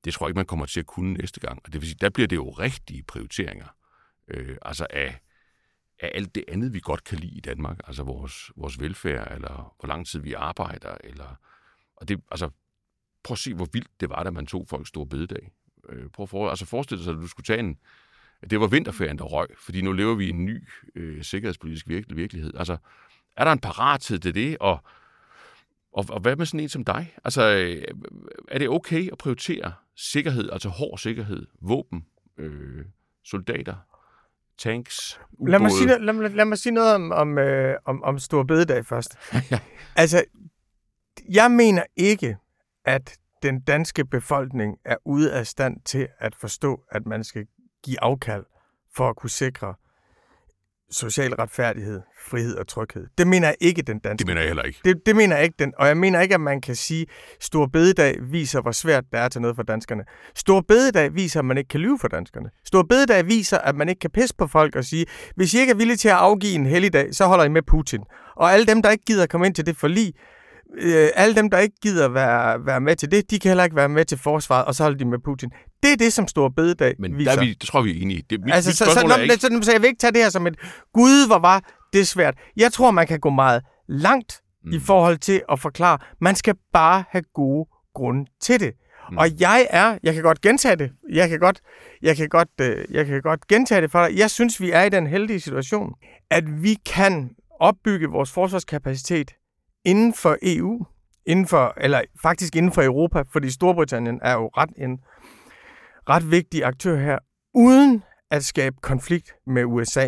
[SPEAKER 2] Det tror jeg ikke, man kommer til at kunne næste gang. Og det vil sige, der bliver det jo rigtige prioriteringer. Øh, altså af, af alt det andet, vi godt kan lide i Danmark. Altså vores, vores velfærd, eller hvor lang tid vi arbejder. Eller, og det, altså, prøv at se, hvor vildt det var, da man tog folks store bededag. Øh, prøv at for, altså forestille dig, at du skulle tage en... Det var vinterferien, der røg, fordi nu lever vi i en ny øh, sikkerhedspolitisk virkelig, virkelighed. Altså, er der en parathed til det, og, og, og hvad med sådan en som dig? Altså, øh, er det okay at prioritere sikkerhed, altså hård sikkerhed, våben, øh, soldater, tanks, ubåde?
[SPEAKER 1] Lad mig sige, lad, lad, lad mig sige noget om, om, øh, om, om Store Bededag først.
[SPEAKER 2] Ja.
[SPEAKER 1] Altså, jeg mener ikke, at den danske befolkning er ude af stand til at forstå, at man skal give afkald for at kunne sikre social retfærdighed, frihed og tryghed. Det mener jeg ikke, den danske.
[SPEAKER 2] Det mener jeg heller ikke.
[SPEAKER 1] Det, det mener jeg ikke, den. Og jeg mener ikke, at man kan sige, Store Bededag viser, hvor svært det er til noget for danskerne. Store Bededag viser, at man ikke kan lyve for danskerne. Store Bededag viser, at man ikke kan pisse på folk og sige, hvis I ikke er villige til at afgive en helligdag, så holder I med Putin. Og alle dem, der ikke gider komme ind til det forlig, øh, alle dem, der ikke gider være, være med til det, de kan heller ikke være med til forsvaret, og så holder de med Putin. Det er det, som Store Bededag
[SPEAKER 2] Men
[SPEAKER 1] viser.
[SPEAKER 2] Men der er vi, det tror jeg, vi er enige. Det, mit,
[SPEAKER 1] altså,
[SPEAKER 2] mit
[SPEAKER 1] så,
[SPEAKER 2] spørgsmål
[SPEAKER 1] så,
[SPEAKER 2] er
[SPEAKER 1] så,
[SPEAKER 2] ikke...
[SPEAKER 1] så, så, så jeg vil ikke tage det her som et, gud, hvor var det svært. Jeg tror, man kan gå meget langt mm. i forhold til at forklare, man skal bare have gode grunde til det. Mm. Og jeg er, jeg kan godt gentage det, jeg kan godt, jeg kan godt, øh, jeg kan godt gentage det for dig. Jeg synes, vi er i den heldige situation, at vi kan opbygge vores forsvarskapacitet inden for E U, inden for, eller faktisk inden for Europa, fordi Storbritannien er jo ret en ret vigtig aktør her, uden at skabe konflikt med U S A.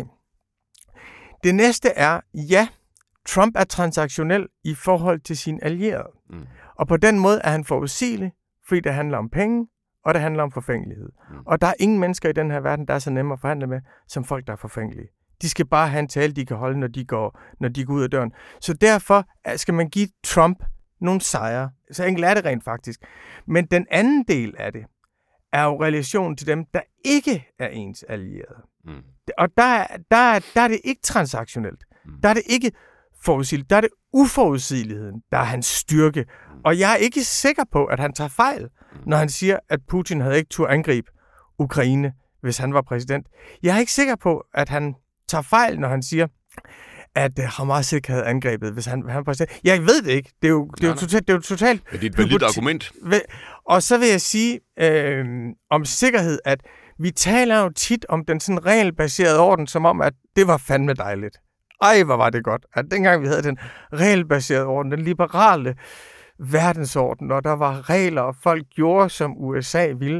[SPEAKER 1] Det næste er, ja, Trump er transaktionel i forhold til sine allierede. Mm. Og på den måde er han forudsigelig, fordi det handler om penge, og det handler om forfængelighed. Mm. Og der er ingen mennesker i den her verden, der er så nemme at forhandle med, som folk, der er forfængelige. De skal bare have en tale, de kan holde, når de går, når de går ud af døren. Så derfor skal man give Trump nogle sejre. Så enkelt er det rent faktisk. Men den anden del af det, er jo relationen til dem, der ikke er ens allierede. Mm. Og der, der, der er det ikke transaktionelt. Mm. Der er det ikke forudsigeligt. Der er det uforudsigeligheden, der er hans styrke. Mm. Og jeg er ikke sikker på, at han tager fejl, mm. når han siger, at Putin havde ikke turde angribe Ukraine, hvis han var præsident. Jeg er ikke sikker på, at han tager fejl, når han siger, at Hamas ikke havde angrebet, hvis han, han var præsident. Jeg ved det ikke. Det er jo, det er jo totalt... Det er jo totalt
[SPEAKER 2] Men det er et validt argument.
[SPEAKER 1] Og så vil jeg sige øh, om sikkerhed, at vi taler jo tit om den sådan regelbaserede orden, som om, at det var fandme dejligt. Ej, hvor var det godt, at dengang vi havde den regelbaserede orden, den liberale verdensorden, og der var regler, og folk gjorde, som U S A ville.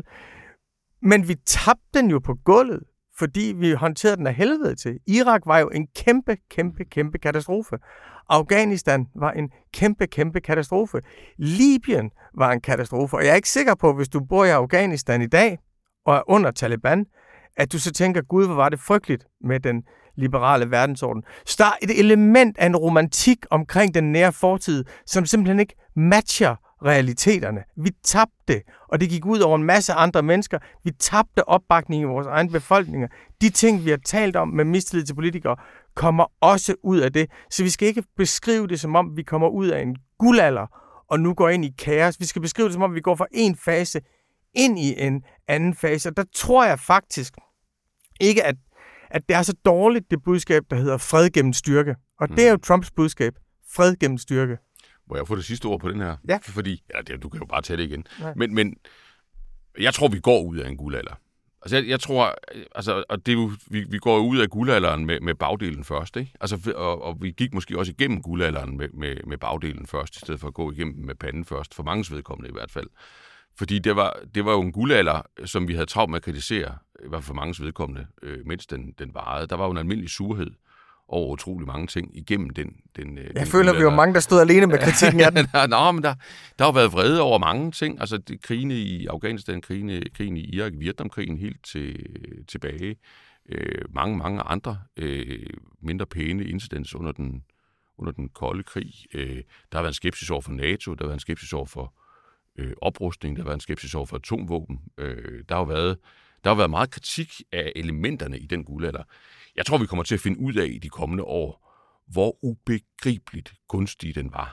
[SPEAKER 1] Men vi tabte den jo på gulvet, fordi vi håndterede den af helvede til. Irak var jo en kæmpe, kæmpe, kæmpe katastrofe. Afghanistan var en kæmpe, kæmpe katastrofe. Libyen var en katastrofe. Og jeg er ikke sikker på, hvis du bor i Afghanistan i dag og er under Taliban, at du så tænker, gud, hvor var det frygteligt med den liberale verdensorden. Så der er et element af en romantik omkring den nære fortid, som simpelthen ikke matcher realiteterne. Vi tabte, og det gik ud over en masse andre mennesker. Vi tabte opbakning i vores egne befolkninger. De ting, vi har talt om med mistillid til politikere, kommer også ud af det. Så vi skal ikke beskrive det, som om vi kommer ud af en guldalder, og nu går ind i kaos. Vi skal beskrive det, som om vi går fra en fase ind i en anden fase. Og der tror jeg faktisk ikke, at, at det er så dårligt, det budskab, der hedder fred gennem styrke. Og det er jo Trumps budskab. Fred gennem styrke.
[SPEAKER 2] Må jeg få det sidste ord på den her?
[SPEAKER 1] Ja.
[SPEAKER 2] Fordi, ja, det, du kan jo bare tage det igen. Men, men jeg tror, vi går ud af en guldalder. Altså, jeg, jeg tror, altså, og det er jo, vi, vi går ud af guldalderen med, med bagdelen først, ikke? Altså, og, og vi gik måske også igennem guldalderen med, med, med bagdelen først, i stedet for at gå igennem med panden først, for manges vedkommende i hvert fald. Fordi det var, det var jo en guldalder, som vi havde travlt med at kritisere, i hvert fald for manges vedkommende, øh, mens den, den varede. Der var jo en almindelig surhed over utrolig mange ting igennem den. den
[SPEAKER 1] jeg
[SPEAKER 2] den
[SPEAKER 1] føler, vi var mange, der stod alene med kritikken af den.
[SPEAKER 2] Nå, men der, der har været vrede over mange ting. Altså det, krigen i Afghanistan, krigen, krigen i Irak, Vietnamkrigen helt til, tilbage. Øh, mange, mange andre øh, mindre pæne incidents under den, under den kolde krig. Øh, der har været en skepsis over for NATO, der har været en skepsis over for øh, oprustning, der har været en skepsis over for atomvåben. Øh, der har været Der har været meget kritik af elementerne i den guldalder. Jeg tror, vi kommer til at finde ud af i de kommende år, hvor ubegribeligt gunstig den var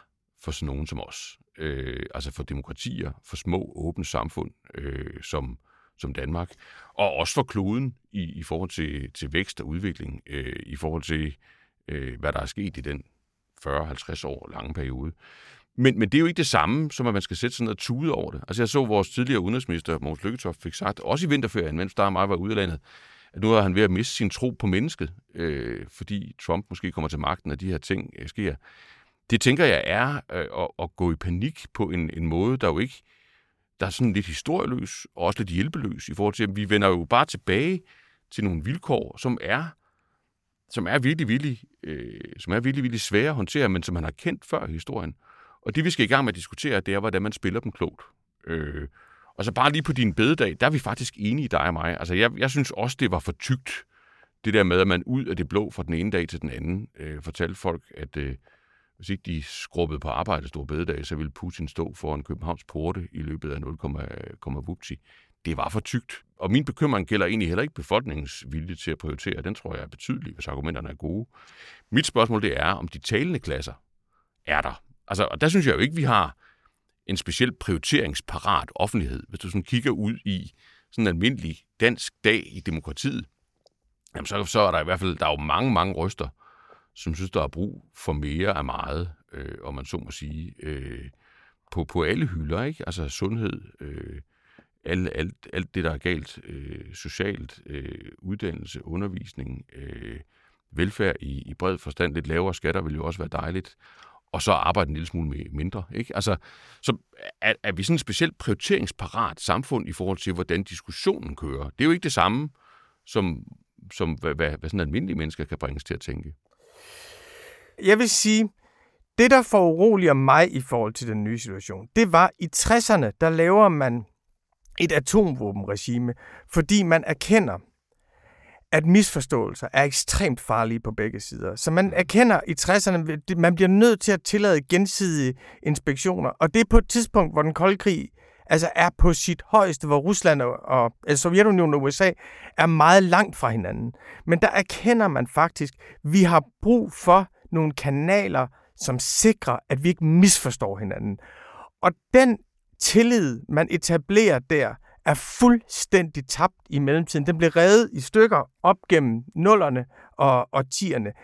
[SPEAKER 2] for sådan nogen som os. Øh, altså for demokratier, for små, åbne samfund øh, som, som Danmark, og også for kloden i, i forhold til, til vækst og udvikling, øh, i forhold til, øh, hvad der er sket i den fyrre til halvtreds år lange periode. Men, men det er jo ikke det samme, som at man skal sætte sådan noget tude over det. Altså jeg så vores tidligere udenrigsminister, Mogens Lykketoft, fik sagt, også i vinterferien, mens der og mig var ude i landet, at nu er han ved at miste sin tro på mennesket, øh, fordi Trump måske kommer til magten, og de her ting øh, sker. Det tænker jeg er øh, at, at gå i panik på en, en måde, der jo ikke, der er sådan lidt historieløs, og også lidt hjælpeløs, i forhold til, at vi vender jo bare tilbage til nogle vilkår, som er, som er virkelig, virkelig, øh, som er virkelig, virkelig svære at håndtere, men som man har kendt før i historien. Og det, vi skal i gang med at diskutere, det er, hvordan man spiller dem klogt. Øh, og så bare lige på din bededag, der er vi faktisk enige, dig og mig. Altså, jeg, jeg synes også, det var for tykt, det der med, at man ud af det blå fra den ene dag til den anden øh, fortalte folk, at øh, hvis ikke de skrubbede på arbejde store bededag, så ville Putin stå foran Københavns porte i løbet af nul komma vupti. Det var for tykt. Og min bekymring gælder egentlig heller ikke befolkningens vilje til at prioritere. Den tror jeg er betydelig, hvis argumenterne er gode. Mit spørgsmål det er, om de talende klasser er der. Altså, og der synes jeg jo ikke, vi har en speciel prioriteringsparat offentlighed. Hvis du sådan kigger ud i sådan en almindelig dansk dag i demokratiet, jamen så, så er der i hvert fald der er jo mange, mange røster, som synes, der er brug for mere af meget, øh, om man så må sige, øh, på, på alle hylder, ikke? Altså sundhed, øh, alt, alt, alt det, der er galt, øh, socialt, øh, uddannelse, undervisning, øh, velfærd i, i bred forstand, lidt lavere skatter vil jo også være dejligt, og så arbejde en lille smule mindre, ikke? Altså, så er, er vi sådan et specielt prioriteringsparat samfund i forhold til, hvordan diskussionen kører. Det er jo ikke det samme, som, som hvad, hvad, hvad sådan almindelige mennesker kan bringes til at tænke.
[SPEAKER 1] Jeg vil sige, det der foruroliger mig i forhold til den nye situation, det var i tresserne, der laver man et atomvåbenregime, fordi man erkender, at misforståelser er ekstremt farlige på begge sider. Så man erkender i tresserne, at man bliver nødt til at tillade gensidige inspektioner, og det er på et tidspunkt, hvor den kolde krig altså er på sit højeste, hvor Rusland og altså Sovjetunionen og U S A er meget langt fra hinanden. Men der erkender man faktisk, at vi har brug for nogle kanaler, som sikrer, at vi ikke misforstår hinanden. Og den tillid, man etablerer der, er fuldstændig tabt i mellemtiden. Den blev revet i stykker op gennem nullerne og, og tierne.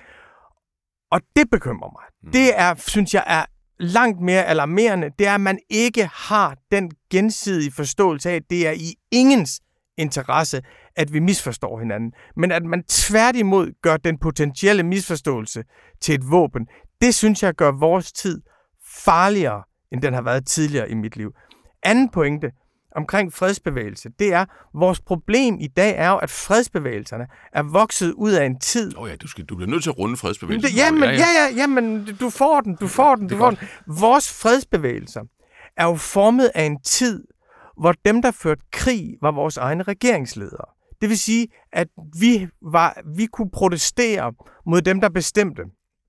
[SPEAKER 1] Og det bekymrer mig. Mm. Det er, synes jeg, er langt mere alarmerende. Det er, at man ikke har den gensidige forståelse af, at det er i ingens interesse, at vi misforstår hinanden. Men at man tværtimod gør den potentielle misforståelse til et våben, det synes jeg gør vores tid farligere, end den har været tidligere i mit liv. Anden pointe omkring fredsbevægelse, det er, vores problem i dag er jo, at fredsbevægelserne er vokset ud af en tid.
[SPEAKER 2] Åh oh ja, du, skal, du bliver nødt til at runde fredsbevægelsen.
[SPEAKER 1] Jamen, ja, ja, ja, jamen, du får den, du får den, du får den. Vores fredsbevægelser er jo formet af en tid, hvor dem, der førte krig, var vores egne regeringsledere. Det vil sige, at vi, var, vi kunne protestere mod dem, der bestemte.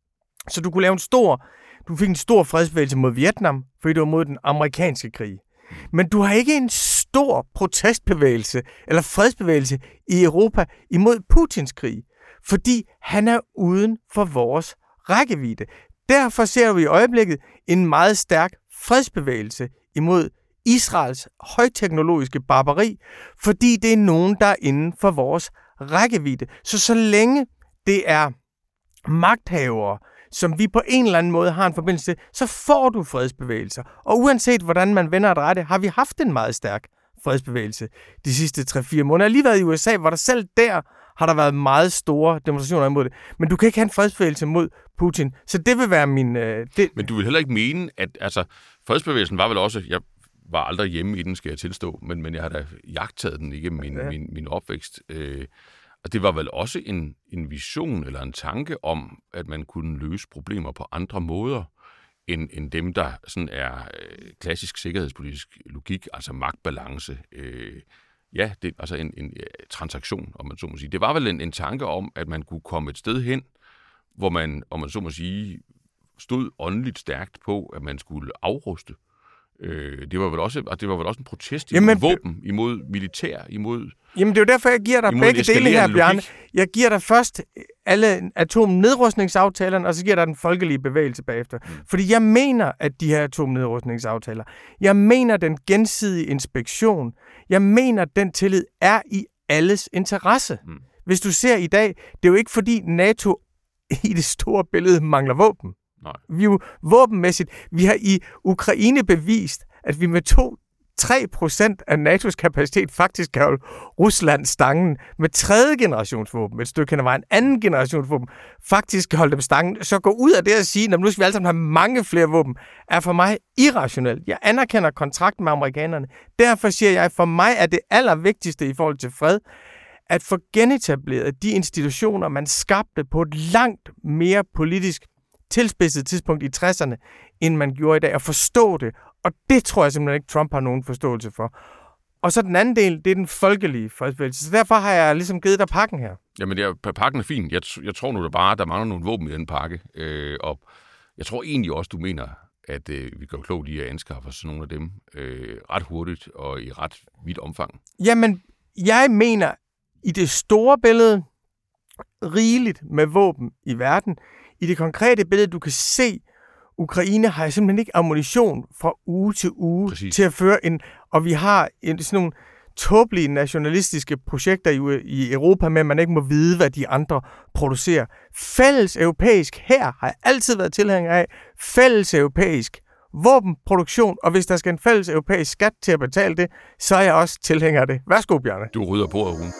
[SPEAKER 1] Så du kunne lave en stor, du fik en stor fredsbevægelse mod Vietnam, fordi det var mod den amerikanske krig. Men du har ikke en stor protestbevægelse eller fredsbevægelse i Europa imod Putins krig, fordi han er uden for vores rækkevidde. Derfor ser vi i øjeblikket en meget stærk fredsbevægelse imod Israels højteknologiske barbari, fordi det er nogen, der er inden for vores rækkevidde. Så så længe det er magthavere, som vi på en eller anden måde har en forbindelse til, så får du fredsbevægelser. Og uanset hvordan man vender og drejer det, har vi haft en meget stærk fredsbevægelse de sidste tre fire måneder. Jeg har lige været i U S A, hvor der selv der har der været meget store demonstrationer imod det. Men du kan ikke have en fredsbevægelse mod Putin. Så det vil være min... Øh, det...
[SPEAKER 2] Men du vil heller ikke mene, at altså, fredsbevægelsen var vel også... Jeg var aldrig hjemme i den, skal jeg tilstå, men, men jeg har da jagttaget den igennem min, ja. min, min opvækst. Øh, Og det var vel også en, en vision eller en tanke om, at man kunne løse problemer på andre måder, end, end dem, der sådan er øh, klassisk sikkerhedspolitisk logik, altså magtbalance. Øh, ja, det, altså en, en transaktion, om man så må sige. Det var vel en, en tanke om, at man kunne komme et sted hen, hvor man, om man så må sige, stod åndeligt stærkt på, at man skulle afruste. Øh, det var vel også, og det var vel også en protest imod Jamen, våben, imod militær, imod
[SPEAKER 1] Jamen, det er jo derfor, jeg giver dig begge dele her, Bjarne. Jeg giver dig først alle atomnedrustningsaftalerne, og så giver dig den folkelige bevægelse bagefter. Mm. Fordi jeg mener, at de her atomnedrustningsaftaler, jeg mener den gensidige inspektion, jeg mener, at den tillid er i alles interesse. Mm. Hvis du ser i dag, det er jo ikke fordi NATO i det store billede mangler våben.
[SPEAKER 2] Nej.
[SPEAKER 1] Vi er jo våbenmæssigt. Vi har i Ukraine bevist, at vi med to tre procent af N A T O's kapacitet faktisk kan holde Rusland stangen med tredje generationsvåben, et stykke hen ad vejen, anden generationsvåben, faktisk kan holde dem stangen. Så gå ud af det at sige, at nu skal vi alle sammen have mange flere våben, er for mig irrationelt. Jeg anerkender kontrakten med amerikanerne. Derfor siger jeg, at for mig er det allervigtigste i forhold til fred, at få genetableret de institutioner, man skabte på et langt mere politisk tilspidset tidspunkt i tresserne, end man gjorde i dag, at forstå det. Og det tror jeg simpelthen ikke, Trump har nogen forståelse for. Og så den anden del, det er den folkelige fredsbevægelse. Så derfor har jeg ligesom givet dig pakken her.
[SPEAKER 2] Jamen, det er, pakken er fin. Jeg, jeg tror nu, der bare der mangler nogle våben i den pakke. Øh, og jeg tror egentlig også, du mener, at øh, vi gør klogt i at anskaffe sådan nogle af dem øh, ret hurtigt og i ret vidt omfang.
[SPEAKER 1] Jamen, jeg mener i det store billede rigeligt med våben i verden. I det konkrete billede, du kan se, Ukraine har simpelthen ikke ammunition fra uge til uge Præcis. Til at føre en... Og vi har en, sådan nogle tåbelige nationalistiske projekter i, i Europa, med at man ikke må vide, hvad de andre producerer. Fælles europæisk her har jeg altid været tilhænger af. Fælles europæisk våbenproduktion, og hvis der skal en fælles europæisk skat til at betale det, så er jeg også tilhænger af det. Værsgo, Bjarne.
[SPEAKER 2] Du rydder bordet, Rune.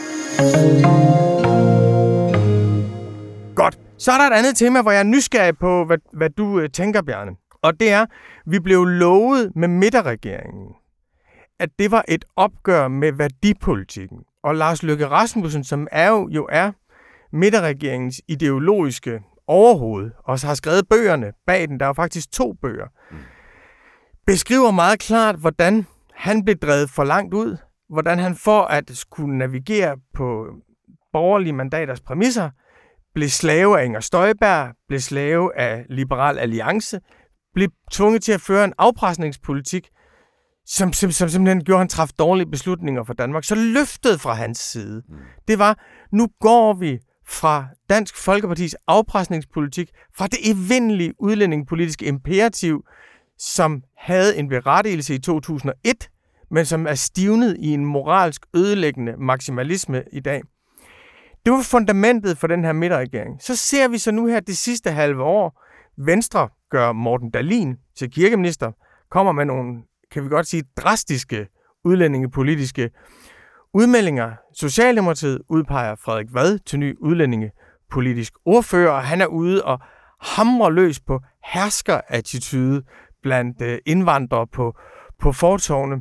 [SPEAKER 1] Godt. Så er der et andet tema, hvor jeg er nysgerrig på, hvad, hvad du øh, tænker, Bjarne. Og det er, vi blev lovet med midterregeringen, at det var et opgør med værdipolitikken. Og Lars Løkke Rasmussen, som er jo, jo er midterregeringens ideologiske overhoved, og så har skrevet bøgerne bag den, der er faktisk to bøger, mm. beskriver meget klart, hvordan han blev drevet for langt ud, hvordan han for at kunne navigere på borgerlige mandaters præmisser, blev slave af Inger Støjberg, blev slave af Liberal Alliance, blev tvunget til at føre en afpresningspolitik, som, som, som simpelthen gjorde, at han træffede dårlige beslutninger for Danmark. Så løftet fra hans side, mm. det var, nu går vi fra Dansk Folkepartis afpresningspolitik, fra det evindelige udlændingepolitiske imperativ, som havde en berettigelse i to tusind og et, men som er stivnet i en moralsk ødelæggende maksimalisme i dag. Det var fundamentet for den her midterregering. Så ser vi så nu her det sidste halve år, Venstre gør Morten Dahlin til kirkeminister, kommer med nogle, kan vi godt sige, drastiske udlændingepolitiske udmeldinger. Socialdemokratiet udpeger Frederik Vad til ny udlændingepolitisk ordfører, og han er ude og hamrer løs på herskerattitude blandt indvandrere på, på fortovene.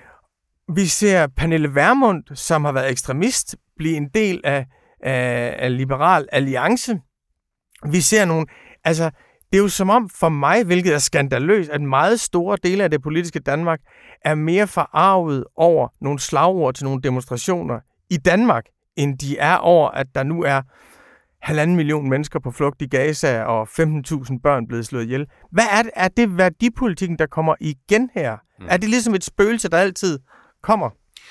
[SPEAKER 1] Vi ser Pernille Vermund, som har været ekstremist, blive en del af, af, af Liberal Alliance. Vi ser nogle... Altså, det er jo som om for mig, hvilket er skandaløst, at meget store dele af det politiske Danmark er mere forarvet over nogle slagord til nogle demonstrationer i Danmark, end de er over, at der nu er halvanden million mennesker på flugt i Gaza og femten tusind børn blevet slået ihjel. Hvad er det? Er det værdipolitikken, der kommer igen her? Mm. Er det ligesom et spøgelse, der altid kommer?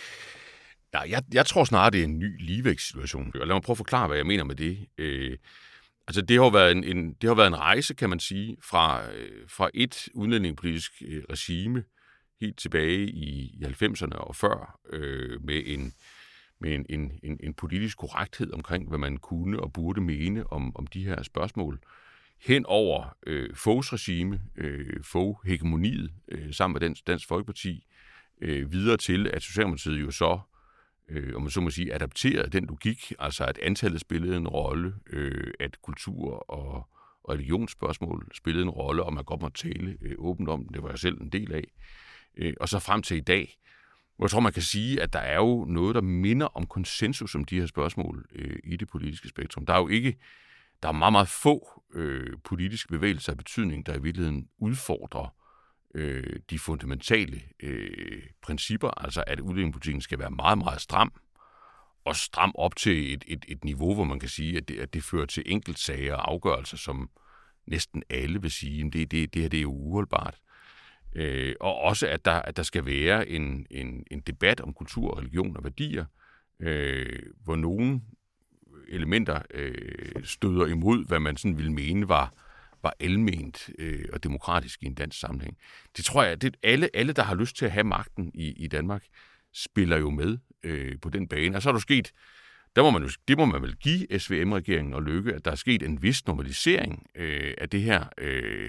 [SPEAKER 2] Nej, jeg, jeg tror snarere, det er en ny ligevægtssituation. Lad mig prøve at forklare, hvad jeg mener med det. Øh, altså, det har været en, en, det har været en rejse, kan man sige, fra, øh, fra et udlændingepolitisk øh, regime helt tilbage i, i halvfemserne og før, øh, med en med en, en, en, en politisk korrekthed omkring, hvad man kunne og burde mene om, om de her spørgsmål, hen over øh, Foghs regime, øh, Fogh-hegemoniet, øh, sammen med Dansk, Dansk Folkeparti, øh, videre til, at Socialdemokratiet jo så, øh, om man så må sige, adapterede den logik, altså at antallet spillede en rolle, øh, at kultur og, og religionsspørgsmål spillede en rolle, og man godt måtte tale øh, åbent om, det var jeg selv en del af, øh, og så frem til i dag, hvor jeg tror, man kan sige, at der er jo noget, der minder om konsensus om de her spørgsmål øh, i det politiske spektrum. Der er jo ikke, der er meget, meget få øh, politiske bevægelser af betydning, der i virkeligheden udfordrer øh, de fundamentale øh, principper, altså at udlændingepolitikken skal være meget, meget stram, og stram op til et, et, et niveau, hvor man kan sige, at det, at det fører til enkeltsager og afgørelser, som næsten alle vil sige, at det, det, det her det er jo uholdbart. Øh, og også, at der, at der skal være en, en, en debat om kultur, religion og værdier, øh, hvor nogle elementer øh, støder imod, hvad man sådan ville mene var, var alment øh, og demokratisk i en dansk sammenhæng. Det tror jeg, at det, alle, alle, der har lyst til at have magten i, i Danmark, spiller jo med øh, på den bane. Og så er der sket, der må man jo, det må man vel give S V M-regeringen og Løkke, at der er sket en vis normalisering øh, af det her, øh,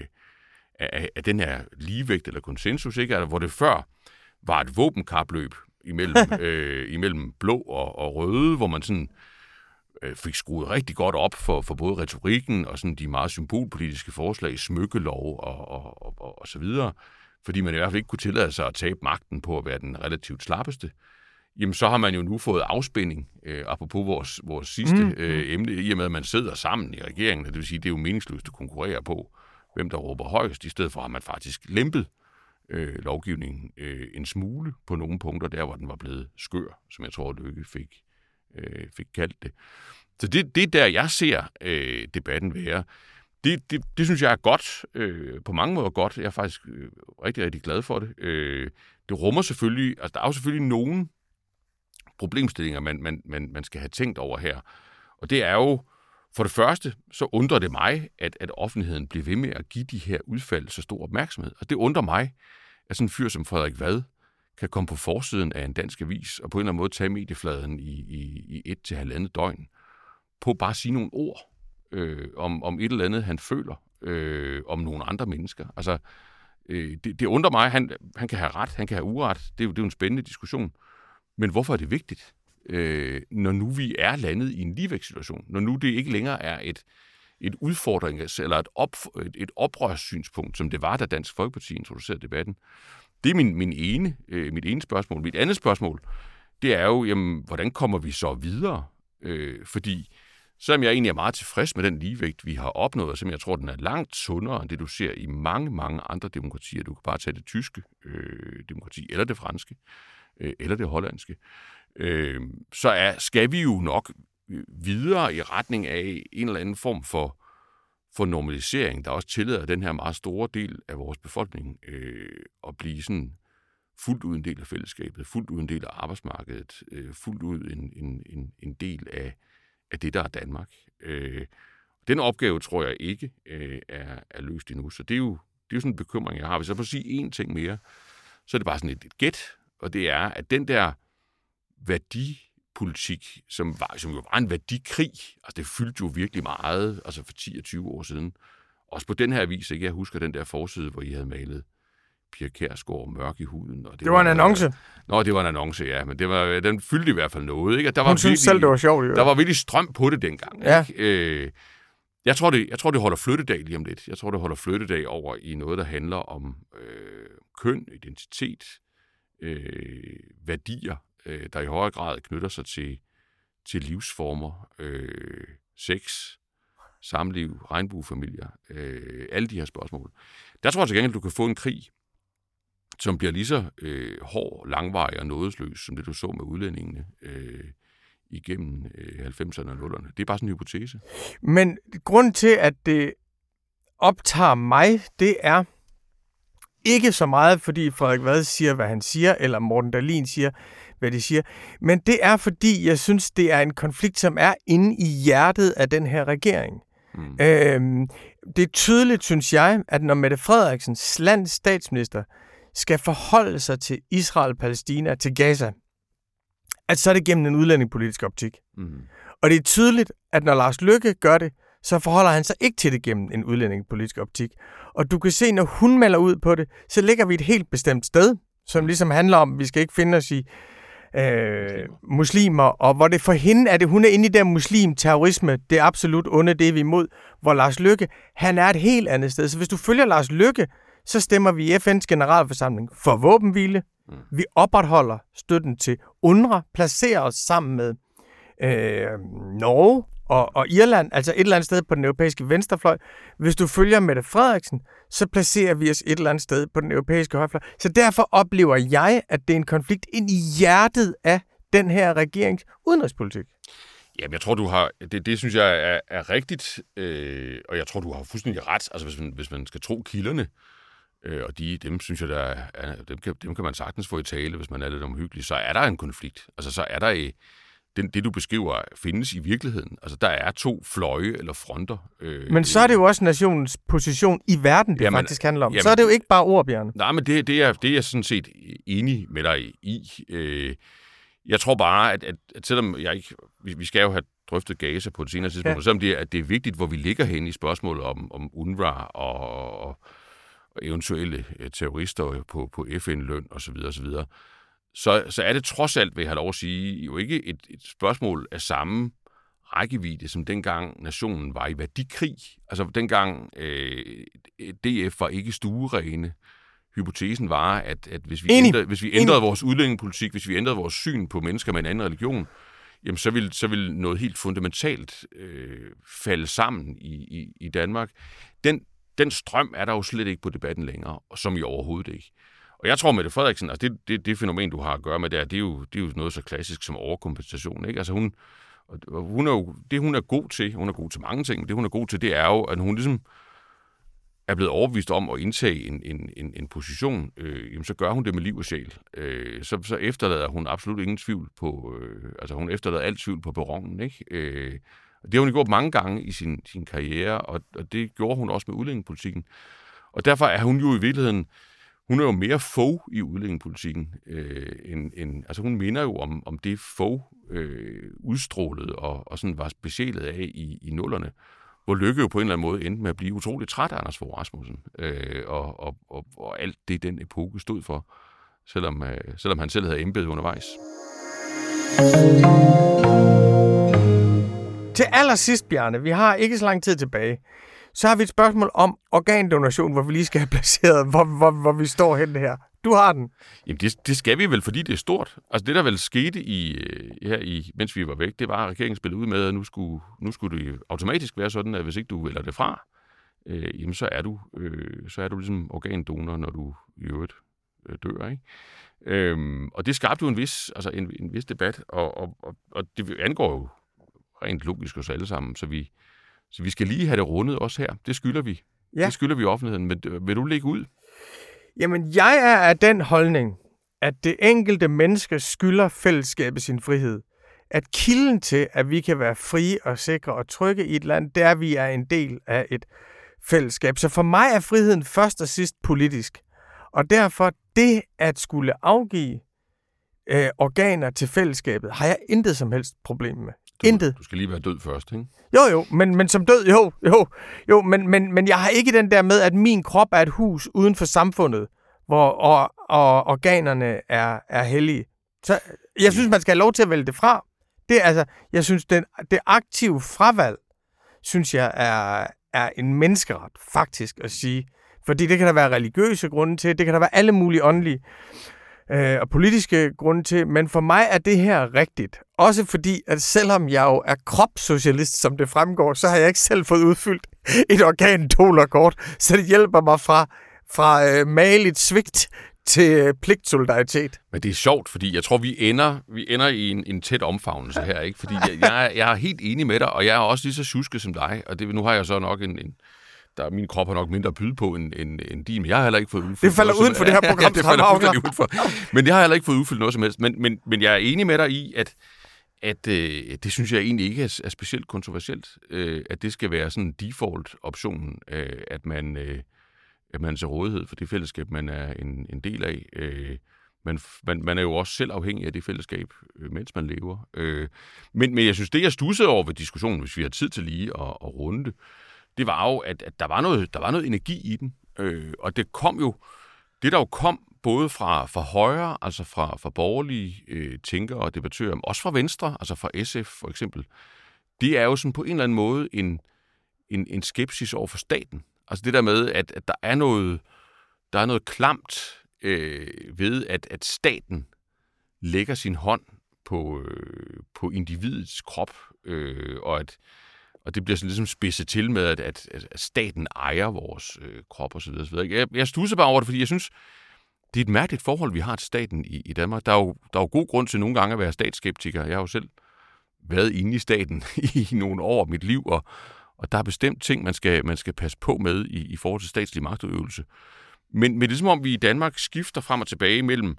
[SPEAKER 2] af, af den her ligevægt eller konsensus, ikke? Altså, hvor det før var et våbenkapløb imellem, øh, imellem blå og, og røde, hvor man sådan øh, fik skruet rigtig godt op for, for både retorikken og sådan de meget symbolpolitiske forslag, smykkelov og, og, og, og, og så videre, fordi man i hvert fald ikke kunne tillade sig at tabe magten på at være den relativt slappeste. Jamen, så har man jo nu fået afspænding, øh, apropos vores, vores sidste mm. øh, emne, i og med, at man sidder sammen i regeringen, det vil sige, det er jo meningsløst at konkurrere på, hvem der råber højst, i stedet for at man faktisk lempet øh, lovgivningen øh, en smule på nogle punkter, der hvor den var blevet skør, som jeg tror, Løkke fik, øh, fik kaldt det. Så det, det er der, jeg ser øh, debatten være. Det, det, det synes jeg er godt, øh, på mange måder godt. Jeg er faktisk øh, rigtig, rigtig glad for det. Øh, det rummer selvfølgelig, altså der er jo selvfølgelig nogen problemstillinger, man, man, man, man skal have tænkt over her. Og det er jo, for det første, så undrer det mig, at, at offentligheden bliver ved med at give de her udfald så stor opmærksomhed. Og det undrer mig, at sådan en fyr som Frederik Vad kan komme på forsiden af en dansk avis, og på en eller anden måde tage mediefladen i, i, i et til halvandet døgn, på bare at sige nogle ord øh, om, om et eller andet, han føler, øh, om nogle andre mennesker. Altså, øh, det, det undrer mig, han, han kan have ret, han kan have uret, det er jo, det er jo en spændende diskussion. Men hvorfor er det vigtigt, øh, når nu vi er landet i en ligevægtssituation, når nu det ikke længere er et, et udfordrings- eller et, op, et, et oprørssynspunkt, som det var, da Dansk Folkeparti introducerede debatten? Det er min, min ene, øh, mit ene spørgsmål. Mit andet spørgsmål, det er jo, jamen, hvordan kommer vi så videre? Øh, fordi selvom jeg egentlig er meget tilfreds med den ligevægt, vi har opnået, og som jeg tror, den er langt sundere end det, du ser i mange, mange andre demokratier. Du kan bare tage det tyske øh, demokrati, eller det franske, øh, eller det hollandske. Øh, så er, skal vi jo nok videre i retning af en eller anden form for, for normalisering, der også tillader den her meget store del af vores befolkning øh, at blive sådan fuldt ud en del af fællesskabet, fuldt ud en del af arbejdsmarkedet, øh, fuldt ud en, en, en, en del af, af det, der er Danmark. Øh, den opgave tror jeg ikke øh, er, er løst endnu, så det er, jo, det er jo sådan en bekymring, jeg har. Hvis jeg får sige én ting mere, så er det bare sådan et, et gæt, og det er, at den der værdipolitik, som, var, som jo var en værdikrig, altså det fyldte jo virkelig meget, altså for ti og tyve år siden. Også på den her avis, ikke? Jeg husker den der forside, hvor I havde malet Pia Kjærsgaard mørk i huden. Og det,
[SPEAKER 1] det var, var en annonce.
[SPEAKER 2] Der, nå, det var en annonce, ja, men det var, den fyldte i hvert fald noget. Ikke? Der
[SPEAKER 1] var Hun synes selv, det var sjovt. Jo.
[SPEAKER 2] Der var virkelig strøm på det dengang.
[SPEAKER 1] Ja.
[SPEAKER 2] Ikke? Øh, jeg, tror, det, jeg tror, det holder flyttedag lige om lidt. Jeg tror, det holder flyttedag over i noget, der handler om øh, køn, identitet, øh, værdier, øh, der i højere grad knytter sig til, til livsformer, øh, sex, samliv, regnbuefamilier, øh, alle de her spørgsmål. Der tror jeg til gengæld, at du kan få en krig, som bliver lige så øh, hård, langvarig og nådesløs, som det du så med udlændingene øh, igennem øh, halvfemserne og nullerne. Det er bare sådan en hypotese.
[SPEAKER 1] Men grunden til, at det optager mig, det er ikke så meget, fordi Frederik Vad siger, hvad han siger, eller Morten Dahlin siger, hvad de siger, men det er, fordi jeg synes, det er en konflikt, som er inde i hjertet af den her regering. Mm. Øhm, det er tydeligt, synes jeg, at når Mette Frederiksen, landets statsminister, skal forholde sig til Israel, Palæstina, til Gaza, at så er det gennem en udlændingepolitisk optik. Mm. Og det er tydeligt, at når Lars Løkke gør det, så forholder han sig ikke til det gennem en udlændingepolitisk optik. Og du kan se, når hun melder ud på det, så ligger vi et helt bestemt sted, som ligesom handler om, at vi skal ikke finde os i øh, muslimer, og hvor det for hende er det, hun er inde i der muslim-terrorisme, det er absolut onde, det er vi imod, hvor Lars Løkke, han er et helt andet sted. Så hvis du følger Lars Løkke, så stemmer vi i F N's generalforsamling for våbenhvile. Mm. Vi opretholder støtten til UNRWA, placerer os sammen med øh, Norge og, og Irland, altså et eller andet sted på den europæiske venstrefløj. Hvis du følger Mette Frederiksen, så placerer vi os et eller andet sted på den europæiske højrefløj. Så derfor oplever jeg, at det er en konflikt ind i hjertet af den her regerings udenrigspolitik.
[SPEAKER 2] Jamen, jeg tror, du har... Det, det synes jeg er, er rigtigt, øh, og jeg tror, du har fuldstændig ret. Altså, hvis man, hvis man skal tro kilderne, øh, og de, dem synes jeg, der er, dem, kan, dem kan man sagtens få i tale, hvis man er lidt omhyggelig, så er der en konflikt. Altså, så er der, den, det, du beskriver, findes i virkeligheden. Altså, der er to fløje eller fronter. Øh,
[SPEAKER 1] men så er det jo også nationens position i verden, det jamen, faktisk handler om. Jamen, så er det jo ikke bare ord, Bjarne.
[SPEAKER 2] Nej, men det, det, er, det er jeg sådan set enig med dig i. Øh, jeg tror bare, at, at, at selvom jeg ikke... Vi, vi skal jo have drøftet Gaza på et senere tidspunkt, ja. selvom det er, at det er vigtigt, hvor vi ligger hen i spørgsmålet om, om U N R W A og, og eventuelle terrorister på, på F N-løn osv. osv., Så, så er det trods alt, vil jeg have lov at sige, jo ikke et, et spørgsmål af samme rækkevidde, som dengang nationen var i værdikrig. Altså dengang øh, D F var ikke stuerene. Hypotesen var, at, at hvis vi ændrede, hvis vi ændrede vores udlændingepolitik, hvis vi ændrede vores syn på mennesker med en anden religion, jamen så vil, så vil noget helt fundamentalt øh, falde sammen i, i, i Danmark. Den, den strøm er der jo slet ikke på debatten længere, som i overhovedet ikke. Og jeg tror, Mette Frederiksen, altså det, det, det fænomen, du har at gøre med der, det er jo, det er jo noget så klassisk som overkompensation, ikke? Altså hun, hun er jo, det hun er god til, hun er god til mange ting, men det hun er god til, det er jo, at hun ligesom er blevet overbevist om at indtage en, en, en, en position, øh, jamen så gør hun det med liv og sjæl. Øh, så, så efterlader hun absolut ingen tvivl på, øh, altså hun efterlader alt tvivl på perronen, ikke? Øh, det har hun gjort mange gange i sin, sin karriere, og, og det gjorde hun også med udlændingepolitikken. Og derfor er hun jo i virkeligheden, hun er jo mere få i udlændingepolitikken, øh, end, end, altså hun minder jo om, om det få øh, udstrålede og, og sådan var specialet af i, i nullerne, hvor Løkke jo på en eller anden måde endte med at blive utroligt træt af Anders Fogh Rasmussen, øh, og, og, og, og alt det, den epoke stod for, selvom, øh, selvom han selv havde embedet undervejs.
[SPEAKER 1] Til allersidst, Bjarne, vi har ikke så lang tid tilbage, så har vi et spørgsmål om organdonation, hvor vi lige skal have placeret, hvor, hvor, hvor vi står henne her. Du har den.
[SPEAKER 2] Jamen, det, det skal vi vel, fordi det er stort. Altså, det der vel skete i, her i, mens vi var væk, det var, at regeringen spillede ud med, at nu skulle, nu skulle det automatisk være sådan, at hvis ikke du vælger det fra, øh, jamen, så er du, øh, så er du ligesom organdonor, når du i øvrigt øh, dør, ikke? Øhm, og det skabte jo en vis, altså en, en vis debat, og, og, og, og det angår jo rent logisk os alle sammen, så vi Så vi skal lige have det rundet også her. Det skylder vi. Ja. Det skylder vi offentligheden. Men vil du lægge ud?
[SPEAKER 1] Jamen, jeg er af den holdning, at det enkelte menneske skylder fællesskabet sin frihed. At kilden til, at vi kan være frie og sikre og trygge i et land, det er, at vi er en del af et fællesskab. Så for mig er friheden først og sidst politisk. Og derfor det at skulle afgive øh, organer til fællesskabet, har jeg intet som helst problem med.
[SPEAKER 2] Du,
[SPEAKER 1] Intet.
[SPEAKER 2] Du skal lige være død først, ikke?
[SPEAKER 1] Jo, jo, men, men som død, jo, jo, jo, men, men, men jeg har ikke den der med, at min krop er et hus uden for samfundet, hvor og, og organerne er, er hellige. Så jeg synes, man skal have lov til at vælge det fra. Det, altså, jeg synes, den, det aktive fravalg, synes jeg, er, er en menneskeret, faktisk, at sige. Fordi det kan der være religiøse grunde til, det kan der være alle mulige åndelige øh, og politiske grunde til, men for mig er det her rigtigt. Også fordi, at selvom jeg jo er kropssocialist, som det fremgår, så har jeg ikke selv fået udfyldt et organdonorkort, så det hjælper mig fra, fra øh, mageligt svigt til øh, pligtsolidaritet.
[SPEAKER 2] Men det er sjovt, fordi jeg tror, vi ender, vi ender i en, en tæt omfavnelse her, ikke? Fordi jeg, jeg, jeg er helt enig med dig, og jeg er også lige så tjusket som dig, og det, nu har jeg så nok en... en Der, min krop har nok mindre at byde på end, end, end din, men jeg har heller ikke fået udfyldt.
[SPEAKER 1] Det falder uden for det her program.
[SPEAKER 2] Ja, det falder fuldstændig uden for. Men jeg har heller ikke fået udfyldt noget som helst. Men, men, men jeg er enig med dig i, at, at øh, det synes jeg egentlig ikke er, er specielt kontroversielt, øh, at det skal være sådan en default-option, øh, at man øh, at man er til rådighed for det fællesskab, man er en, en del af. Øh, man, man, man er jo også selv afhængig af det fællesskab, øh, mens man lever. Øh, men, men jeg synes, det jeg studsede over ved diskussionen, hvis vi har tid til lige at, at runde det, det var jo, at, at der, var noget, der var noget energi i den. Øh, og det kom jo, det der jo kom både fra, fra højre, altså fra, fra borgerlige øh, tænkere og debattører, men også fra venstre, altså fra S F for eksempel, det er jo sådan på en eller anden måde en, en, en skepsis over for staten. Altså det der med, at, at der er noget, der er noget klamt øh, ved, at, at staten lægger sin hånd på, øh, på individets krop, øh, og at Og det bliver sådan ligesom spidset til med, at, at, at staten ejer vores øh, krop og så videre. Så videre. Jeg, jeg studser bare over det, fordi jeg synes, det er et mærkeligt forhold, vi har til staten i, i Danmark. Der er, jo, der er jo god grund til nogle gange at være statsskeptiker. Jeg har jo selv været inde i staten i nogle år af mit liv, og, og der er bestemt ting, man skal, man skal passe på med i, i forhold til statslig magtudøvelse. Men, men det er som om, vi i Danmark skifter frem og tilbage mellem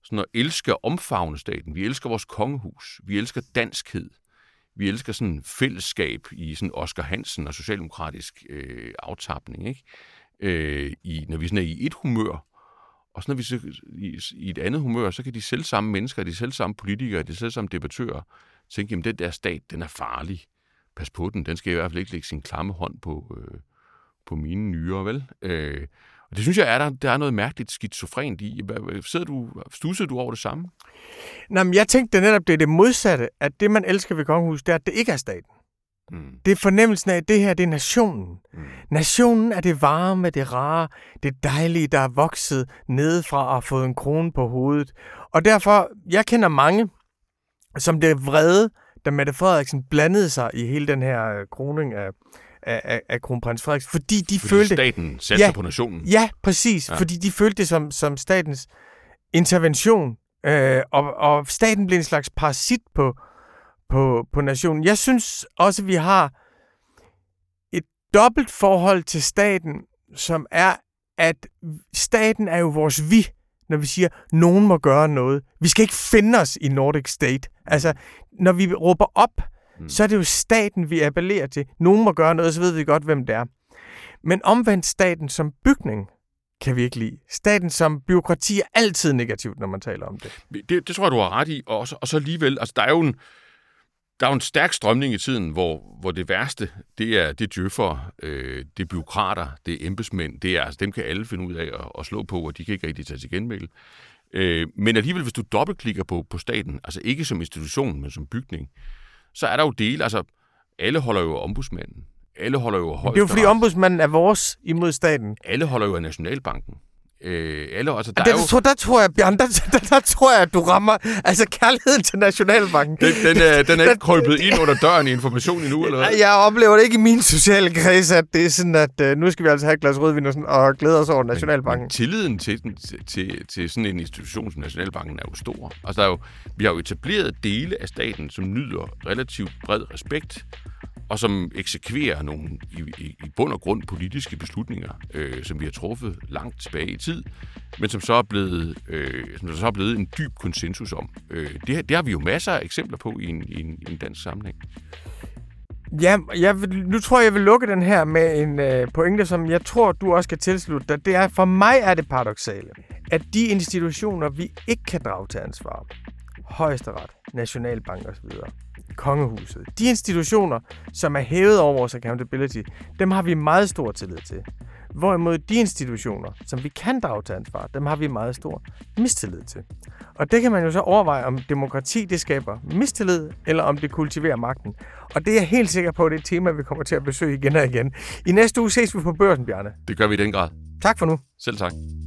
[SPEAKER 2] sådan at elske og omfavne staten. Vi elsker vores kongehus. Vi elsker danskhed. Vi elsker sådan fællesskab i sådan Oscar Hansen og socialdemokratisk øh, aftapning, ikke? Øh, i, når vi sådan er i et humør, og så når vi så, i, i et andet humør, så kan de selv samme mennesker, de selv samme politikere, de selv samme debattører tænke, jamen den der stat, den er farlig. Pas på den, den skal i hvert fald ikke lægge sin klamme hånd på, øh, på mine nyrer, vel? Øh, og det synes jeg, er der, der er noget mærkeligt skizofrent i. Sidder du, studsede du over det samme?
[SPEAKER 1] Nå, men jeg tænkte netop, det er det modsatte, at det, man elsker ved kongehus, det er, at det ikke er staten. Mm. Det er fornemmelsen af, at det her, det er nationen. Mm. Nationen er det varme, det rare, det dejlige, der er vokset nedefra og har fået en krone på hovedet. Og derfor, jeg kender mange, som det vrede, da Mette Frederiksen blandede sig i hele den her kroning af, af, af, af kronprins Frederik, fordi de
[SPEAKER 2] fordi
[SPEAKER 1] følte...
[SPEAKER 2] staten satser ja, på nationen.
[SPEAKER 1] Ja, præcis, ja. Fordi de følte det som, som statens intervention, øh, og, og staten blev en slags parasit på, på, på nationen. Jeg synes også, at vi har et dobbelt forhold til staten, som er, at staten er jo vores vi, når vi siger, at nogen må gøre noget. Vi skal ikke finde os i Nordic State. Altså, når vi råber op, mm. så er det jo staten, vi appellerer til. Nogen må gøre noget, så ved vi godt, hvem det er. Men omvendt staten som bygning kan vi ikke lide. Staten som byråkrati er altid negativt, når man taler om det.
[SPEAKER 2] Det, det tror jeg, du har ret i. Og så, og så alligevel, altså der er jo en, der er jo en stærk strømning i tiden, hvor, hvor det værste, det er det djøffere, øh, det er bureaukrater, det er embedsmænd, det er, altså, dem kan alle finde ud af at, at slå på, og de kan ikke rigtig tage til genmæld. Øh, men alligevel, hvis du dobbeltklikker på, på staten, altså ikke som institution, men som bygning, så er der jo dele, altså alle holder jo af ombudsmanden, alle holder jo af Højesteret.
[SPEAKER 1] Det er jo fordi ombudsmanden er vores imod staten.
[SPEAKER 2] Alle holder jo af Nationalbanken. Øh, alle, altså, der,
[SPEAKER 1] der,
[SPEAKER 2] er jo...
[SPEAKER 1] tror, der tror jeg, Bjørn, der, der, der tror jeg, at du rammer altså kærligheden til Nationalbanken.
[SPEAKER 2] Den, den, er, den er ikke krøbet ind under døren i information endnu, eller hvad?
[SPEAKER 1] Jeg oplever det ikke i min sociale kreds, at det er sådan, at uh, nu skal vi altså have et glas rødvin og, sådan, og glæde os over Nationalbanken. Men,
[SPEAKER 2] men tilliden til, den, til, til sådan en institution som Nationalbanken er jo stor. Altså, der er jo, vi har jo etableret dele af staten, som nyder relativt bred respekt, og som eksekverer nogle i, i, i bund og grund politiske beslutninger, øh, som vi har truffet langt tilbage i tid, men som så er blevet, øh, som der så er blevet en dyb konsensus om. Øh, det, det har vi jo masser af eksempler på i en, i en, i en dansk sammenhæng.
[SPEAKER 1] Ja, jeg vil, nu tror jeg, jeg vil lukke den her med en øh, pointe, som jeg tror, du også kan tilslutte dig. Det er, for mig er det paradoksale, at de institutioner, vi ikke kan drage til ansvar, Højesteret, Nationalbank osv., Kongehuset, de institutioner, som er hævet over vores accountability, dem har vi meget stor tillid til. Hvorimod de institutioner, som vi kan drage til ansvar, dem har vi meget stor mistillid til. Og det kan man jo så overveje, om demokrati det skaber mistillid, eller om det kultiverer magten. Og det er jeg helt sikker på, at det er et tema, vi kommer til at besøge igen og igen. I næste uge ses vi på Børsen, Bjarne.
[SPEAKER 2] Det gør vi i den grad.
[SPEAKER 1] Tak for nu.
[SPEAKER 2] Selv tak.